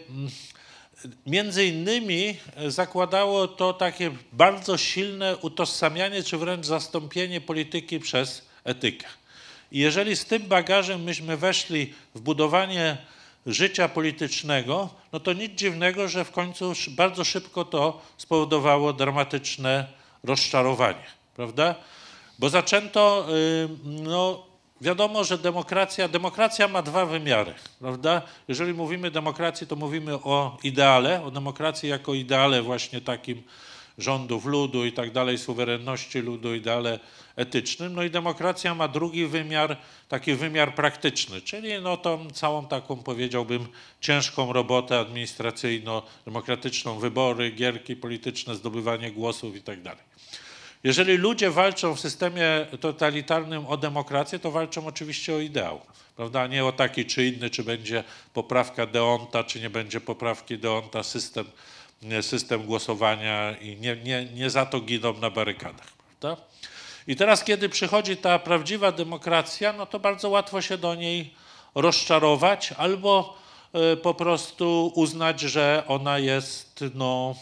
między innymi zakładało to takie bardzo silne utożsamianie, czy wręcz zastąpienie polityki przez etykę. I jeżeli z tym bagażem myśmy weszli w budowanie życia politycznego, no to nic dziwnego, że w końcu bardzo szybko to spowodowało dramatyczne rozczarowanie, prawda? Bo zaczęto, no wiadomo, że demokracja, demokracja ma dwa wymiary, prawda? Jeżeli mówimy demokracji, to mówimy o ideale, o demokracji jako ideale właśnie takim rządów ludu i tak dalej, suwerenności ludu, ideale etycznym. No i demokracja ma drugi wymiar, taki wymiar praktyczny, czyli no tą całą taką, powiedziałbym, ciężką robotę administracyjno-demokratyczną, wybory, gierki polityczne, zdobywanie głosów i tak dalej. Jeżeli ludzie walczą w systemie totalitarnym o demokrację, to walczą oczywiście o ideał, prawda? Nie o taki czy inny, czy będzie poprawka Deonta, czy nie będzie poprawki Deonta, system, system głosowania i nie, nie, nie za to giną na barykadach, prawda? I teraz, kiedy przychodzi ta prawdziwa demokracja, no to bardzo łatwo się do niej rozczarować albo y, po prostu uznać, że ona jest, no,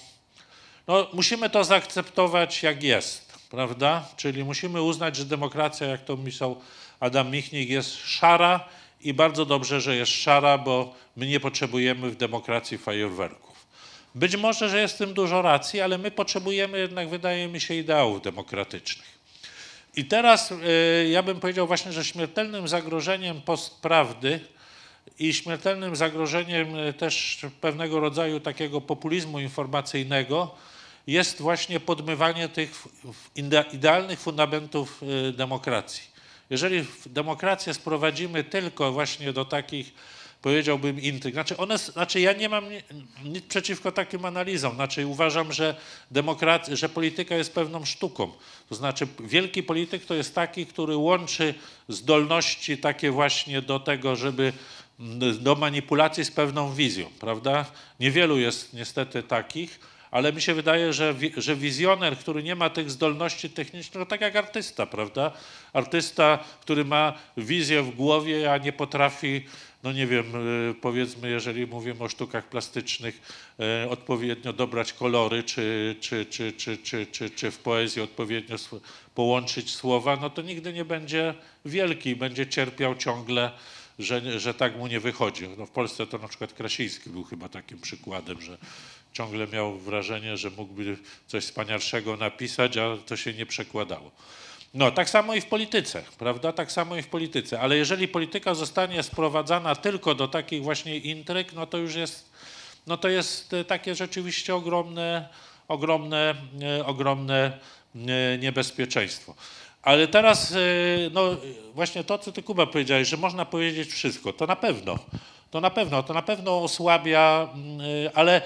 no musimy to zaakceptować jak jest, prawda? Czyli musimy uznać, że demokracja, jak to myślał Adam Michnik, jest szara i bardzo dobrze, że jest szara, bo my nie potrzebujemy w demokracji fajerwerków. Być może, że jest w tym dużo racji, ale my potrzebujemy jednak, wydaje mi się, ideałów demokratycznych. I teraz y, ja bym powiedział właśnie, że śmiertelnym zagrożeniem postprawdy i śmiertelnym zagrożeniem też pewnego rodzaju takiego populizmu informacyjnego jest właśnie podmywanie tych idealnych fundamentów y, demokracji. Jeżeli demokrację sprowadzimy tylko właśnie do takich, powiedziałbym, intryg. Znaczy, one, znaczy ja nie mam nic przeciwko takim analizom. Znaczy uważam, że, demokracja, że polityka jest pewną sztuką. To znaczy wielki polityk to jest taki, który łączy zdolności takie właśnie do tego, żeby do manipulacji z pewną wizją, prawda? Niewielu jest niestety takich, ale mi się wydaje, że, że wizjoner, który nie ma tych zdolności technicznych, no tak jak artysta, prawda? Artysta, który ma wizję w głowie, a nie potrafi, no nie wiem, powiedzmy, jeżeli mówimy o sztukach plastycznych, odpowiednio dobrać kolory, czy, czy, czy, czy, czy, czy, czy w poezji odpowiednio połączyć słowa, no to nigdy nie będzie wielki, będzie cierpiał ciągle że, że tak mu nie wychodzi. No w Polsce to na przykład Krasiński był chyba takim przykładem, że ciągle miał wrażenie, że mógłby coś wspanialszego napisać, a to się nie przekładało. No, tak samo i w polityce, prawda? Tak samo i w polityce. Ale jeżeli polityka zostanie sprowadzana tylko do takich właśnie intryg, no to już jest, no to jest takie rzeczywiście ogromne, ogromne, ogromne niebezpieczeństwo. Ale teraz, no właśnie to, co ty, Kuba, powiedziałeś, że można powiedzieć wszystko, to na pewno, to na pewno, to na pewno osłabia, ale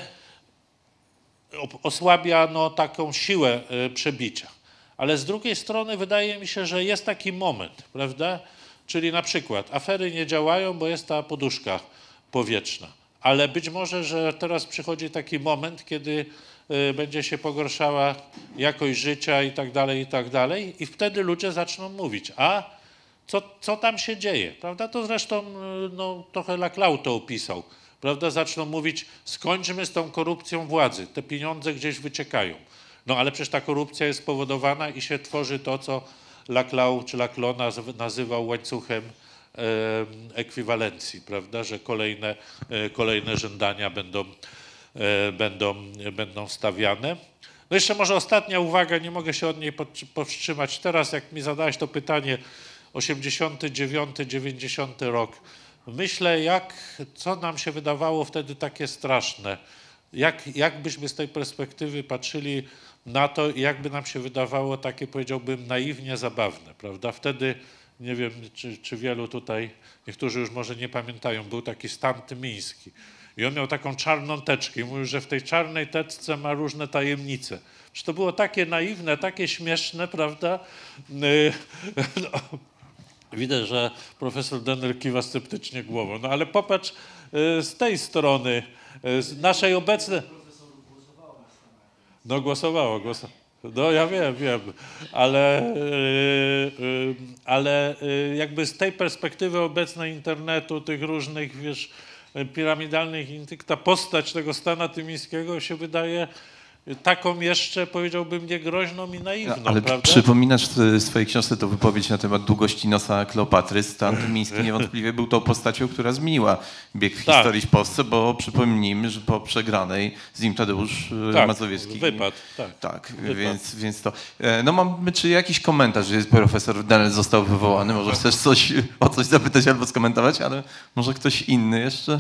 osłabia no, taką siłę przebicia. Ale z drugiej strony wydaje mi się, że jest taki moment, prawda? Czyli na przykład afery nie działają, bo jest ta poduszka powietrzna. Ale być może, że teraz przychodzi taki moment, kiedy y, będzie się pogorszała jakość życia i tak dalej, i tak dalej. I wtedy ludzie zaczną mówić, a co, co tam się dzieje, prawda? To zresztą y, no, trochę Laclau to opisał, prawda? Zaczną mówić, skończmy z tą korupcją władzy, te pieniądze gdzieś wyciekają. No ale przecież ta korupcja jest spowodowana i się tworzy to, co Laclau czy Laclau nazywał łańcuchem ekwiwalencji, prawda, że kolejne, kolejne żądania będą, będą, będą stawiane. No jeszcze może ostatnia uwaga, nie mogę się od niej powstrzymać. Teraz jak mi zadałeś to pytanie, osiemdziesiąty dziewiąty dziewięćdziesiąty rok, myślę, jak, co nam się wydawało wtedy takie straszne. Jak, jak byśmy z tej perspektywy patrzyli na to, jakby nam się wydawało takie, powiedziałbym, naiwnie zabawne, prawda? Wtedy, nie wiem, czy, czy wielu tutaj, niektórzy już może nie pamiętają, był taki Stan Tymiński i on miał taką czarną teczkę i mówił, że w tej czarnej teczce ma różne tajemnice. Że to było takie naiwne, takie śmieszne, prawda? No, widać, że profesor Denner kiwa sceptycznie głową, no ale popatrz z tej strony, z naszej obecnej... No głosowało, głosowało. No ja wiem, wiem, ale, yy, ale yy, jakby z tej perspektywy obecnej internetu, tych różnych, wiesz, piramidalnych intryg, ta postać tego Stana Tymińskiego się wydaje taką jeszcze, powiedziałbym, niegroźną i naiwną, ale prawda? Przypominasz w swojej książce tę wypowiedź na temat długości nosa Kleopatry. Stan Tymiński niewątpliwie był tą postacią, która zmieniła bieg w Tak. historii w Polsce, bo przypomnijmy, że po przegranej z nim Tadeusz Tak, Mazowiecki wypadł, tak. Tak, Wypadł. Więc, więc to... No mamy, czy jakiś komentarz, że profesor Denner został wywołany? Może chcesz coś, o coś zapytać albo skomentować, ale może ktoś inny jeszcze?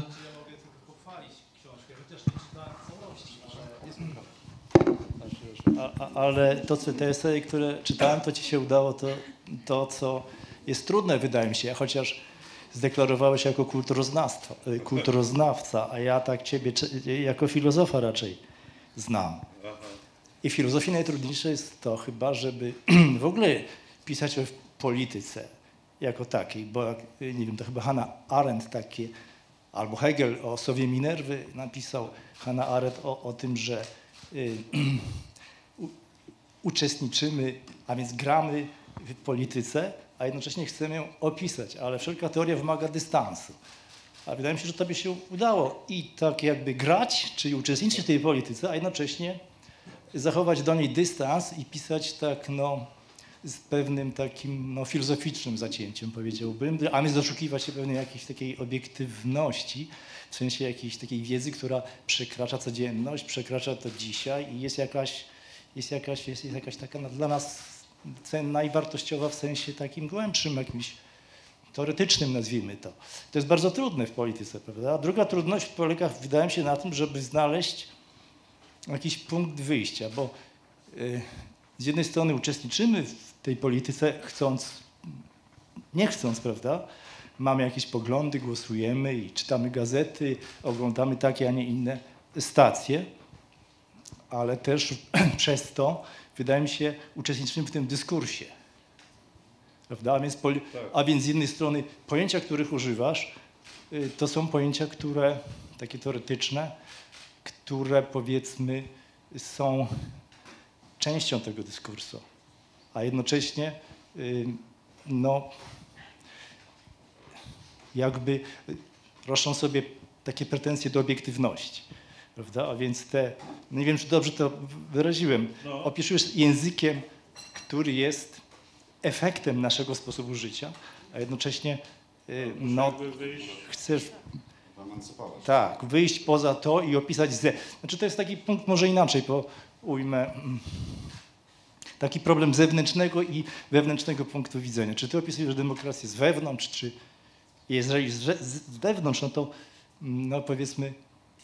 A, a, ale to, co te eseje, które czytałem, to ci się udało to, to, co jest trudne, wydaje mi się, chociaż zdeklarowałeś się jako kulturoznawca, kulturoznawca, a ja tak ciebie jako filozofa raczej znam. I w filozofii najtrudniejsze jest to chyba, żeby w ogóle pisać o polityce jako takiej, bo nie wiem, to chyba Hannah Arendt takie, albo Hegel o Sowie Minerwy napisał, Hannah Arendt o, o tym, że y, u, uczestniczymy, a więc gramy w polityce, a jednocześnie chcemy ją opisać, ale wszelka teoria wymaga dystansu. A wydaje mi się, że to by się udało i tak jakby grać, czyli uczestniczyć w tej polityce, a jednocześnie zachować do niej dystans i pisać tak, no, z pewnym takim, no, filozoficznym zacięciem, powiedziałbym, a więc doszukiwać się pewnej jakiejś takiej obiektywności, w sensie jakiejś takiej wiedzy, która przekracza codzienność, przekracza to dzisiaj i jest jakaś, jest jakaś, jest, jest jakaś taka no, dla nas cenna i wartościowa w sensie takim głębszym, jakimś teoretycznym, nazwijmy to. To jest bardzo trudne w polityce, prawda? Druga trudność polega, wydaje mi się, na tym, żeby znaleźć jakiś punkt wyjścia, bo y, z jednej strony uczestniczymy w tej polityce chcąc, nie chcąc, prawda? Mamy jakieś poglądy, głosujemy i czytamy gazety, oglądamy takie, a nie inne stacje, ale też przez to, wydaje mi się, uczestniczymy w tym dyskursie. Prawda? A, więc poli- a więc z jednej strony pojęcia, których używasz, y, to są pojęcia, które, takie teoretyczne, które powiedzmy są częścią tego dyskursu, a jednocześnie y, no, jakby roszczą sobie takie pretensje do obiektywności, prawda? A więc te, nie wiem, czy dobrze to wyraziłem, no. Opisujesz językiem, który jest efektem naszego sposobu życia, a jednocześnie y, no, Jakby wyjść. chcesz tak, wyjść poza to i opisać ze. Znaczy to jest taki punkt, może inaczej, bo ujmę taki problem zewnętrznego i wewnętrznego punktu widzenia. Czy ty opisujesz demokrację z wewnątrz, czy jeżeli z, z wewnątrz, no to no powiedzmy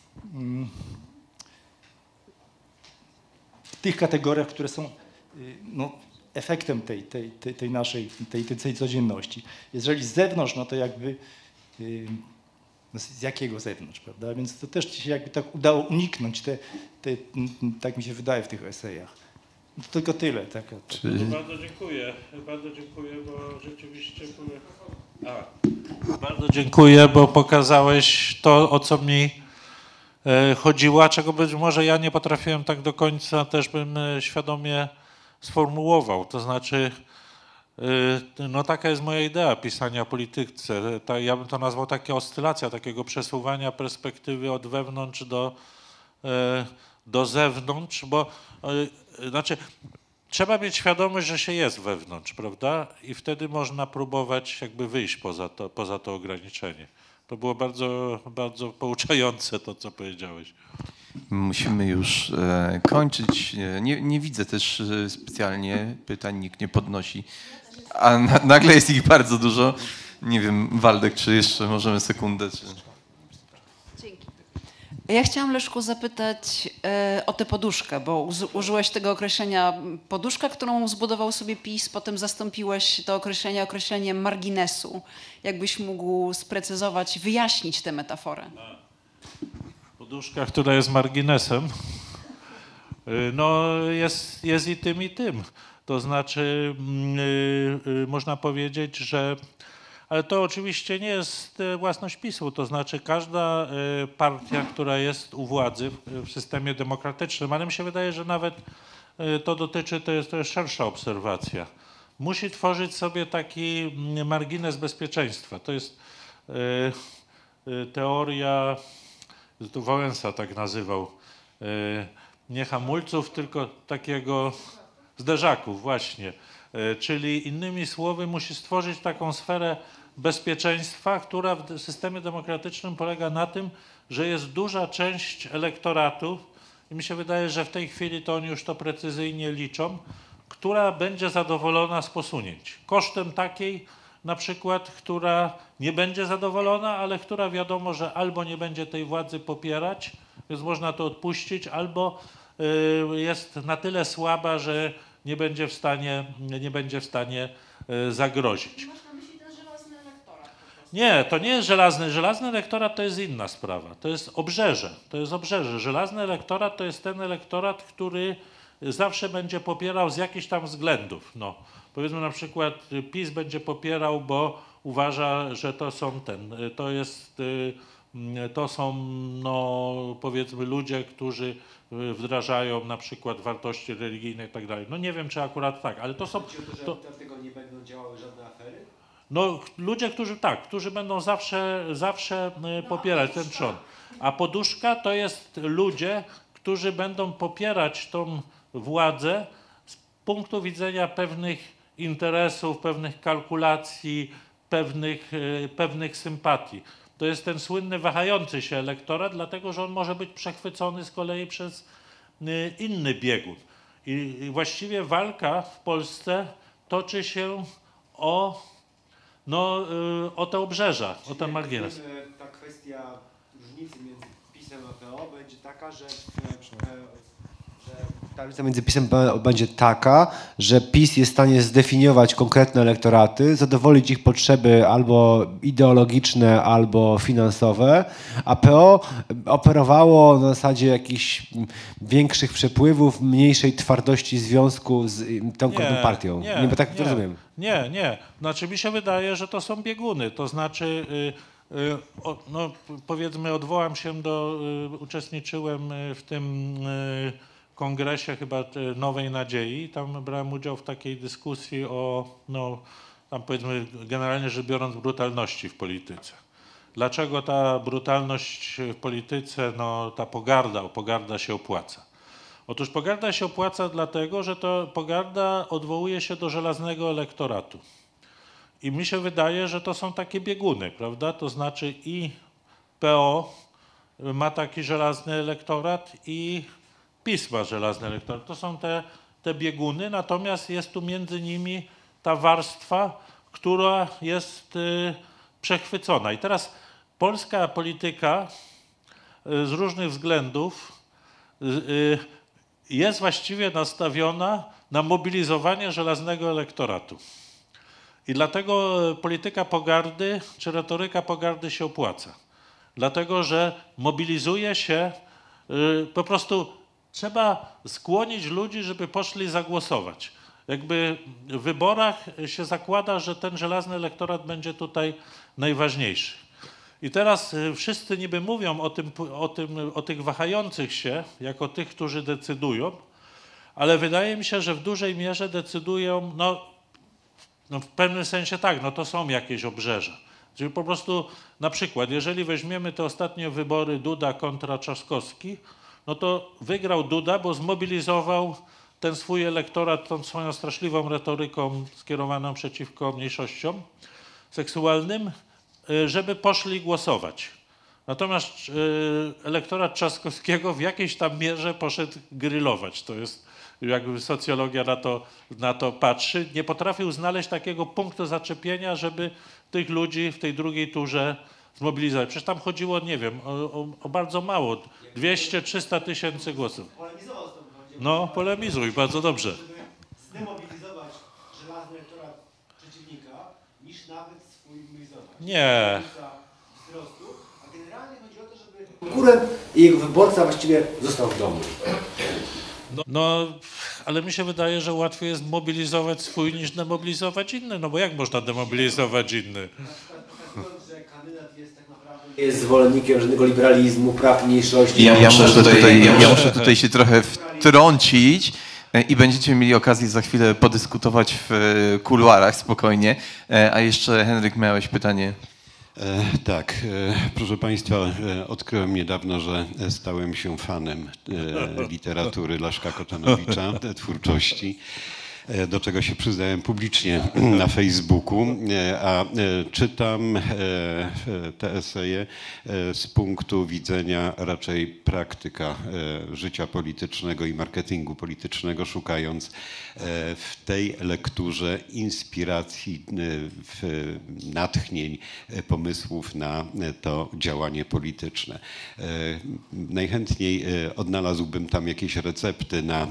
w tych kategoriach, które są no, efektem tej, tej, tej, tej naszej, tej, tej, tej codzienności. Jeżeli z zewnątrz, no to jakby no z jakiego zewnątrz, prawda? Więc to też ci się jakby tak udało uniknąć, te, te, tak mi się wydaje w tych esejach. No to tylko tyle. Tak, Czy... Bardzo dziękuję, bardzo dziękuję, bo rzeczywiście... A, bardzo dziękuję, bo pokazałeś to, o co mi chodziło, a czego być może ja nie potrafiłem tak do końca, też bym świadomie sformułował. To znaczy, no taka jest moja idea pisania o polityce. Ja bym to nazwał taka oscylacja, takiego przesuwania perspektywy od wewnątrz do, do zewnątrz, bo znaczy trzeba mieć świadomość, że się jest wewnątrz, prawda? I wtedy można próbować jakby wyjść poza to, poza to ograniczenie. To było bardzo, bardzo pouczające to, co powiedziałeś. Musimy już e, kończyć. Nie, nie widzę też e, specjalnie pytań, nikt nie podnosi. A na, nagle jest ich bardzo dużo. Nie wiem, Waldek, czy jeszcze możemy sekundę? Czy... Dzięki. Ja chciałam, Leszku, zapytać e, o tę poduszkę, bo uz, użyłeś tego określenia poduszka, którą zbudował sobie PiS, potem zastąpiłeś to określenie określeniem marginesu. Jakbyś mógł sprecyzować, wyjaśnić tę metaforę? Poduszka, która jest marginesem, no jest, jest i tym, i tym. To znaczy yy, yy, można powiedzieć, że ale to oczywiście nie jest własność PiS-u, to znaczy każda partia, która jest u władzy w systemie demokratycznym, ale mi się wydaje, że nawet to dotyczy, to jest, to jest szersza obserwacja, musi tworzyć sobie taki margines bezpieczeństwa. To jest teoria, tu Wałęsa tak nazywał, nie hamulców, tylko takiego zderzaków właśnie. Czyli innymi słowy musi stworzyć taką sferę bezpieczeństwa, która w systemie demokratycznym polega na tym, że jest duża część elektoratu i mi się wydaje, że w tej chwili to oni już to precyzyjnie liczą, która będzie zadowolona z posunięć. Kosztem takiej na przykład, która nie będzie zadowolona, ale która wiadomo, że albo nie będzie tej władzy popierać, więc można to odpuścić, albo jest na tyle słaba, że nie będzie w stanie, nie będzie w stanie zagrozić. Nie, to nie jest żelazny. Żelazny elektorat to jest inna sprawa. To jest obrzeże. To jest obrzeże. Żelazny elektorat to jest ten elektorat, który zawsze będzie popierał z jakichś tam względów. No, powiedzmy na przykład PiS będzie popierał, bo uważa, że to są ten, to jest, to są no powiedzmy ludzie, którzy wdrażają na przykład wartości religijne i tak dalej. No nie wiem, czy akurat tak, ale to są... To, że dlatego nie będą działały żadne afery? No ludzie, którzy tak, którzy będą zawsze, zawsze popierać ten trzon. A poduszka to jest ludzie, którzy będą popierać tą władzę z punktu widzenia pewnych interesów, pewnych kalkulacji, pewnych, pewnych sympatii. To jest ten słynny wahający się elektorat, dlatego że on może być przechwycony z kolei przez inny biegun. I właściwie walka w Polsce toczy się o, no, o te obrzeża, o ten margines. Ta kwestia różnicy między PiS-em a P O będzie taka, że, że ta różnica między PiS-em a P O będzie taka, że PiS jest w stanie zdefiniować konkretne elektoraty, zadowolić ich potrzeby albo ideologiczne, albo finansowe, a P O operowało na zasadzie jakichś większych przepływów, mniejszej twardości związku z tą konkretną partią. Nie, nie, bo tak nie, to rozumiem. Nie, nie. Znaczy mi się wydaje, że to są bieguny. To znaczy, y, y, o, no, powiedzmy, odwołam się do, y, uczestniczyłem w tym y, kongresie chyba Nowej Nadziei. Tam brałem udział w takiej dyskusji o, no, tam powiedzmy, generalnie rzecz biorąc, brutalności w polityce. Dlaczego ta brutalność w polityce, no, ta pogarda, pogarda się opłaca? Otóż pogarda się opłaca dlatego, że to pogarda odwołuje się do żelaznego elektoratu. I mi się wydaje, że to są takie bieguny, prawda? To znaczy i P O ma taki żelazny elektorat i PiS ma żelazny elektorat. To są te, te bieguny, natomiast jest tu między nimi ta warstwa, która jest y, przechwycona. I teraz polska polityka y, z różnych względów y, y, jest właściwie nastawiona na mobilizowanie żelaznego elektoratu. I dlatego polityka pogardy czy retoryka pogardy się opłaca. Dlatego, że mobilizuje się, y, po prostu trzeba skłonić ludzi, żeby poszli zagłosować. Jakby w wyborach się zakłada, że ten żelazny elektorat będzie tutaj najważniejszy. I teraz wszyscy niby mówią o, tym, o, tym, o tych wahających się, jako tych, którzy decydują, ale wydaje mi się, że w dużej mierze decydują, no, no w pewnym sensie tak, no to są jakieś obrzeża. Czyli po prostu na przykład, jeżeli weźmiemy te ostatnie wybory Duda kontra Trzaskowski, no to wygrał Duda, bo zmobilizował ten swój elektorat tą swoją straszliwą retoryką skierowaną przeciwko mniejszościom seksualnym, żeby poszli głosować. Natomiast elektorat Trzaskowskiego w jakiejś tam mierze poszedł grillować. To jest, jakby socjologia na to, na to patrzy. Nie potrafił znaleźć takiego punktu zaczepienia, żeby tych ludzi w tej drugiej turze zmobilizować. Przecież tam chodziło, nie wiem, o, o, o bardzo mało, dwieście trzysta tysięcy głosów. No, polemizuj, bardzo dobrze. Żeby zdemobilizować żelazny elektorat przeciwnika, niż nawet swój mobilizować. Nie. Wzrostu, a generalnie chodzi o to, żeby konkurent i jego wyborca właściwie został w domu. No, no, ale mi się wydaje, że łatwiej jest mobilizować swój niż demobilizować inny, no bo jak można demobilizować inny? Że kandydat jest tak naprawdę jest zwolennikiem żadnego liberalizmu, praw mniejszości. Ja, ja, muszę, tutaj, ja, ja muszę tutaj się trochę wtrącić i będziecie mieli okazję za chwilę podyskutować w kuluarach spokojnie. A jeszcze Henryk, miałeś pytanie? E, tak, e, proszę Państwa, e, odkryłem niedawno, że stałem się fanem e, literatury Leszka Koczanowicza, e, twórczości, e, do czego się przyznałem publicznie na Facebooku, e, a e, czytam e, te eseje e, z punktu widzenia raczej praktyka e, życia politycznego i marketingu politycznego, szukając e, w tej lekturze inspiracji, e, w, natchnień, e, pomysłów na e, to działanie polityczne. E, najchętniej e, odnalazłbym tam jakieś recepty na e,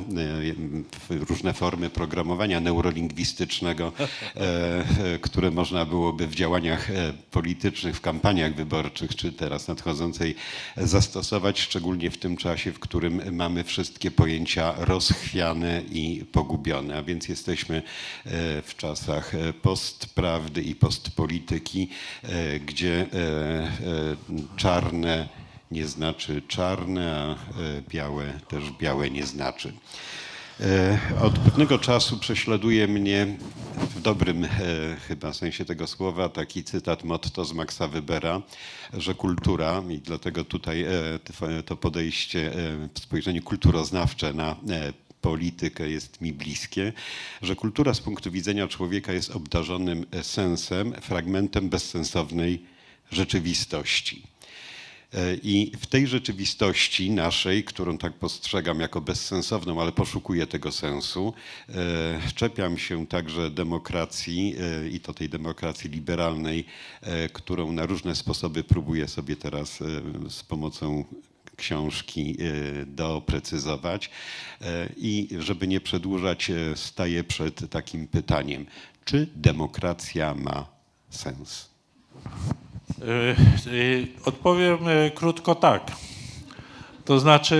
różne formy programowania neurolingwistycznego, e, e, które można byłoby w działaniach e, politycznych, w kampaniach wyborczych, czy teraz nadchodzącej zastosować, szczególnie w tym czasie, w którym mamy wszystkie pojęcia rozchwiane i pogubione, a więc jesteśmy e, w czasach e, postprawdy i postpolityki, e, gdzie e, e, czarne nie znaczy czarne, a e, białe też białe nie znaczy. Od pewnego czasu prześladuje mnie w dobrym e, chyba sensie tego słowa taki cytat, motto z Maxa Webera, że kultura, i dlatego tutaj e, to podejście e, w spojrzeniu kulturoznawcze na e, politykę jest mi bliskie, że kultura z punktu widzenia człowieka jest obdarzonym sensem, fragmentem bezsensownej rzeczywistości. I w tej rzeczywistości naszej, którą tak postrzegam jako bezsensowną, ale poszukuję tego sensu, czepiam się także demokracji i to tej demokracji liberalnej, którą na różne sposoby próbuję sobie teraz z pomocą książki doprecyzować. I żeby nie przedłużać, staję przed takim pytaniem, czy demokracja ma sens? Odpowiem krótko tak. To znaczy,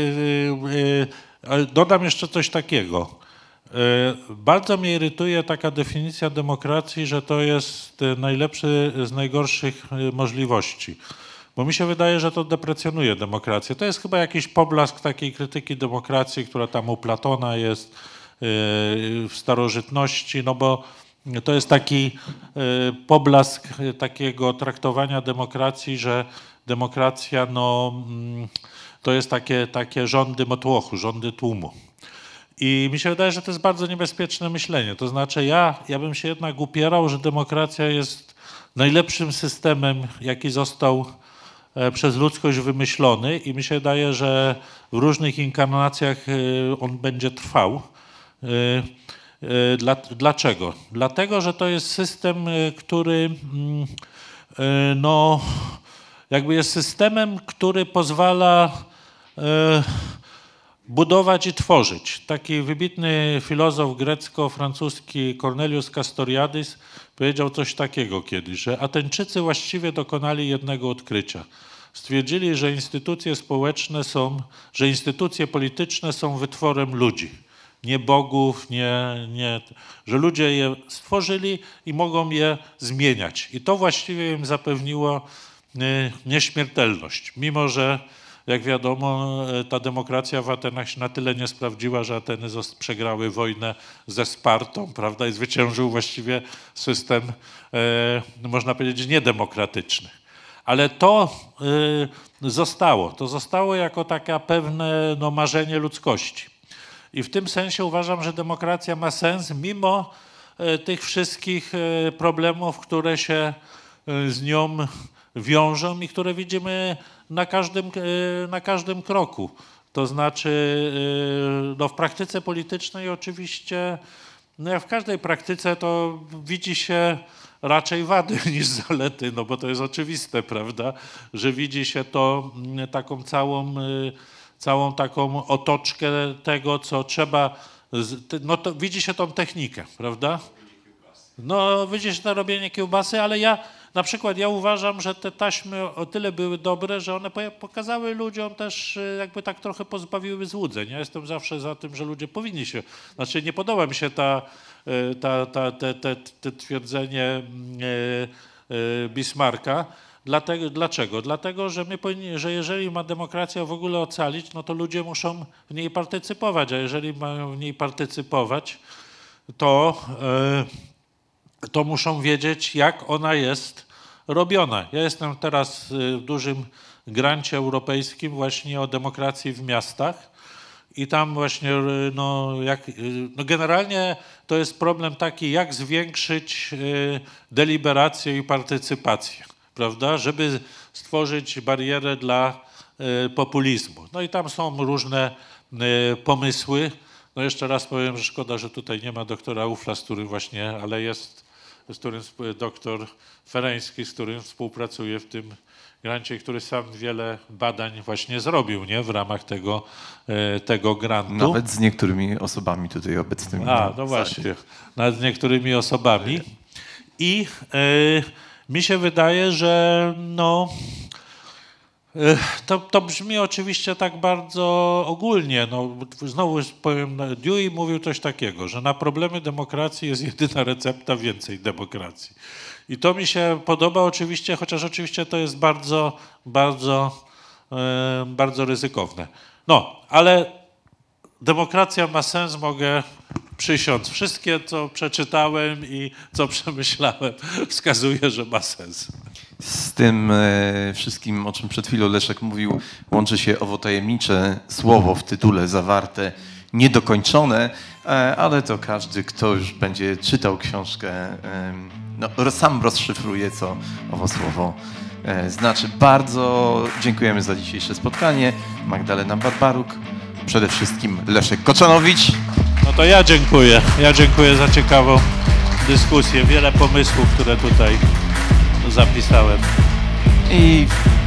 dodam jeszcze coś takiego. Bardzo mnie irytuje taka definicja demokracji, że to jest najlepszy z najgorszych możliwości. Bo mi się wydaje, że to deprecjonuje demokrację. To jest chyba jakiś poblask takiej krytyki demokracji, która tam u Platona jest w starożytności, no bo to jest taki poblask takiego traktowania demokracji, że demokracja no, to jest takie, takie rządy motłochu, rządy tłumu. I mi się wydaje, że to jest bardzo niebezpieczne myślenie. To znaczy ja, ja bym się jednak upierał, że demokracja jest najlepszym systemem, jaki został przez ludzkość wymyślony i mi się wydaje, że w różnych inkarnacjach on będzie trwał. Dlaczego? Dlatego, że to jest system, który no, jakby jest systemem, który pozwala budować i tworzyć. Taki wybitny filozof grecko-francuski Cornelius Castoriadis powiedział coś takiego kiedyś, że Ateńczycy właściwie dokonali jednego odkrycia. Stwierdzili, że instytucje społeczne są, że instytucje polityczne są wytworem ludzi. Nie bogów, nie, nie, że ludzie je stworzyli i mogą je zmieniać. I to właściwie im zapewniło nieśmiertelność, mimo że jak wiadomo, ta demokracja w Atenach się na tyle nie sprawdziła, że Ateny przegrały wojnę ze Spartą, prawda, i zwyciężył właściwie system, e, można powiedzieć, niedemokratyczny. Ale to e, zostało, to zostało jako takie pewne no, marzenie ludzkości. I w tym sensie uważam, że demokracja ma sens, mimo e, tych wszystkich e, problemów, które się e, z nią wiążą i które widzimy na każdym, na każdym kroku. To znaczy no w praktyce politycznej oczywiście, no jak w każdej praktyce to widzi się raczej wady niż zalety, no bo to jest oczywiste, prawda, że widzi się to taką całą, całą taką otoczkę tego, co trzeba, no to widzi się tą technikę, prawda? No widzi się to robienie kiełbasy, ale ja na przykład ja uważam, że te taśmy o tyle były dobre, że one pokazały ludziom też, jakby tak trochę pozbawiły złudzeń. Ja jestem zawsze za tym, że ludzie powinni się, znaczy nie podoba mi się ta, ta, ta, te, te, te twierdzenie Bismarcka. Dlatego, dlaczego? Dlatego, że my powinni, że jeżeli ma demokracja w ogóle ocalić, no to ludzie muszą w niej partycypować, a jeżeli mają w niej partycypować, to to muszą wiedzieć, jak ona jest robiona. Ja jestem teraz w dużym grancie europejskim właśnie o demokracji w miastach i tam właśnie no, jak, no generalnie to jest problem taki, jak zwiększyć deliberację i partycypację, prawda, żeby stworzyć barierę dla populizmu. No i tam są różne pomysły. No jeszcze raz powiem, że szkoda, że tutaj nie ma doktora Ufla, z którym właśnie, ale jest z którym doktor Fereński, z którym współpracuję w tym grancie, który sam wiele badań właśnie zrobił, nie, w ramach tego, tego grantu. Nawet z niektórymi osobami tutaj obecnymi. A, no właśnie, nawet z niektórymi osobami. I y, mi się wydaje, że no, y, to, to brzmi oczywiście tak bardzo ogólnie. No, znowu powiem, Dewey mówił coś takiego, że na problemy demokracji jest jedyna recepta więcej demokracji. I to mi się podoba oczywiście, chociaż oczywiście to jest bardzo, bardzo, y, bardzo ryzykowne. No, ale demokracja ma sens, mogę przysiąc. Wszystkie, co przeczytałem i co przemyślałem, wskazuje, że ma sens. Z tym e, wszystkim, o czym przed chwilą Leszek mówił, łączy się owo tajemnicze słowo w tytule zawarte, niedokończone, e, ale to każdy, kto już będzie czytał książkę, e, no, sam rozszyfruje, co owo słowo e, znaczy. Bardzo dziękujemy za dzisiejsze spotkanie. Magdalena Barbaruk, przede wszystkim Leszek Koczanowicz. No to ja dziękuję. Ja dziękuję za ciekawą dyskusję. Wiele pomysłów, które tutaj zapisałem. I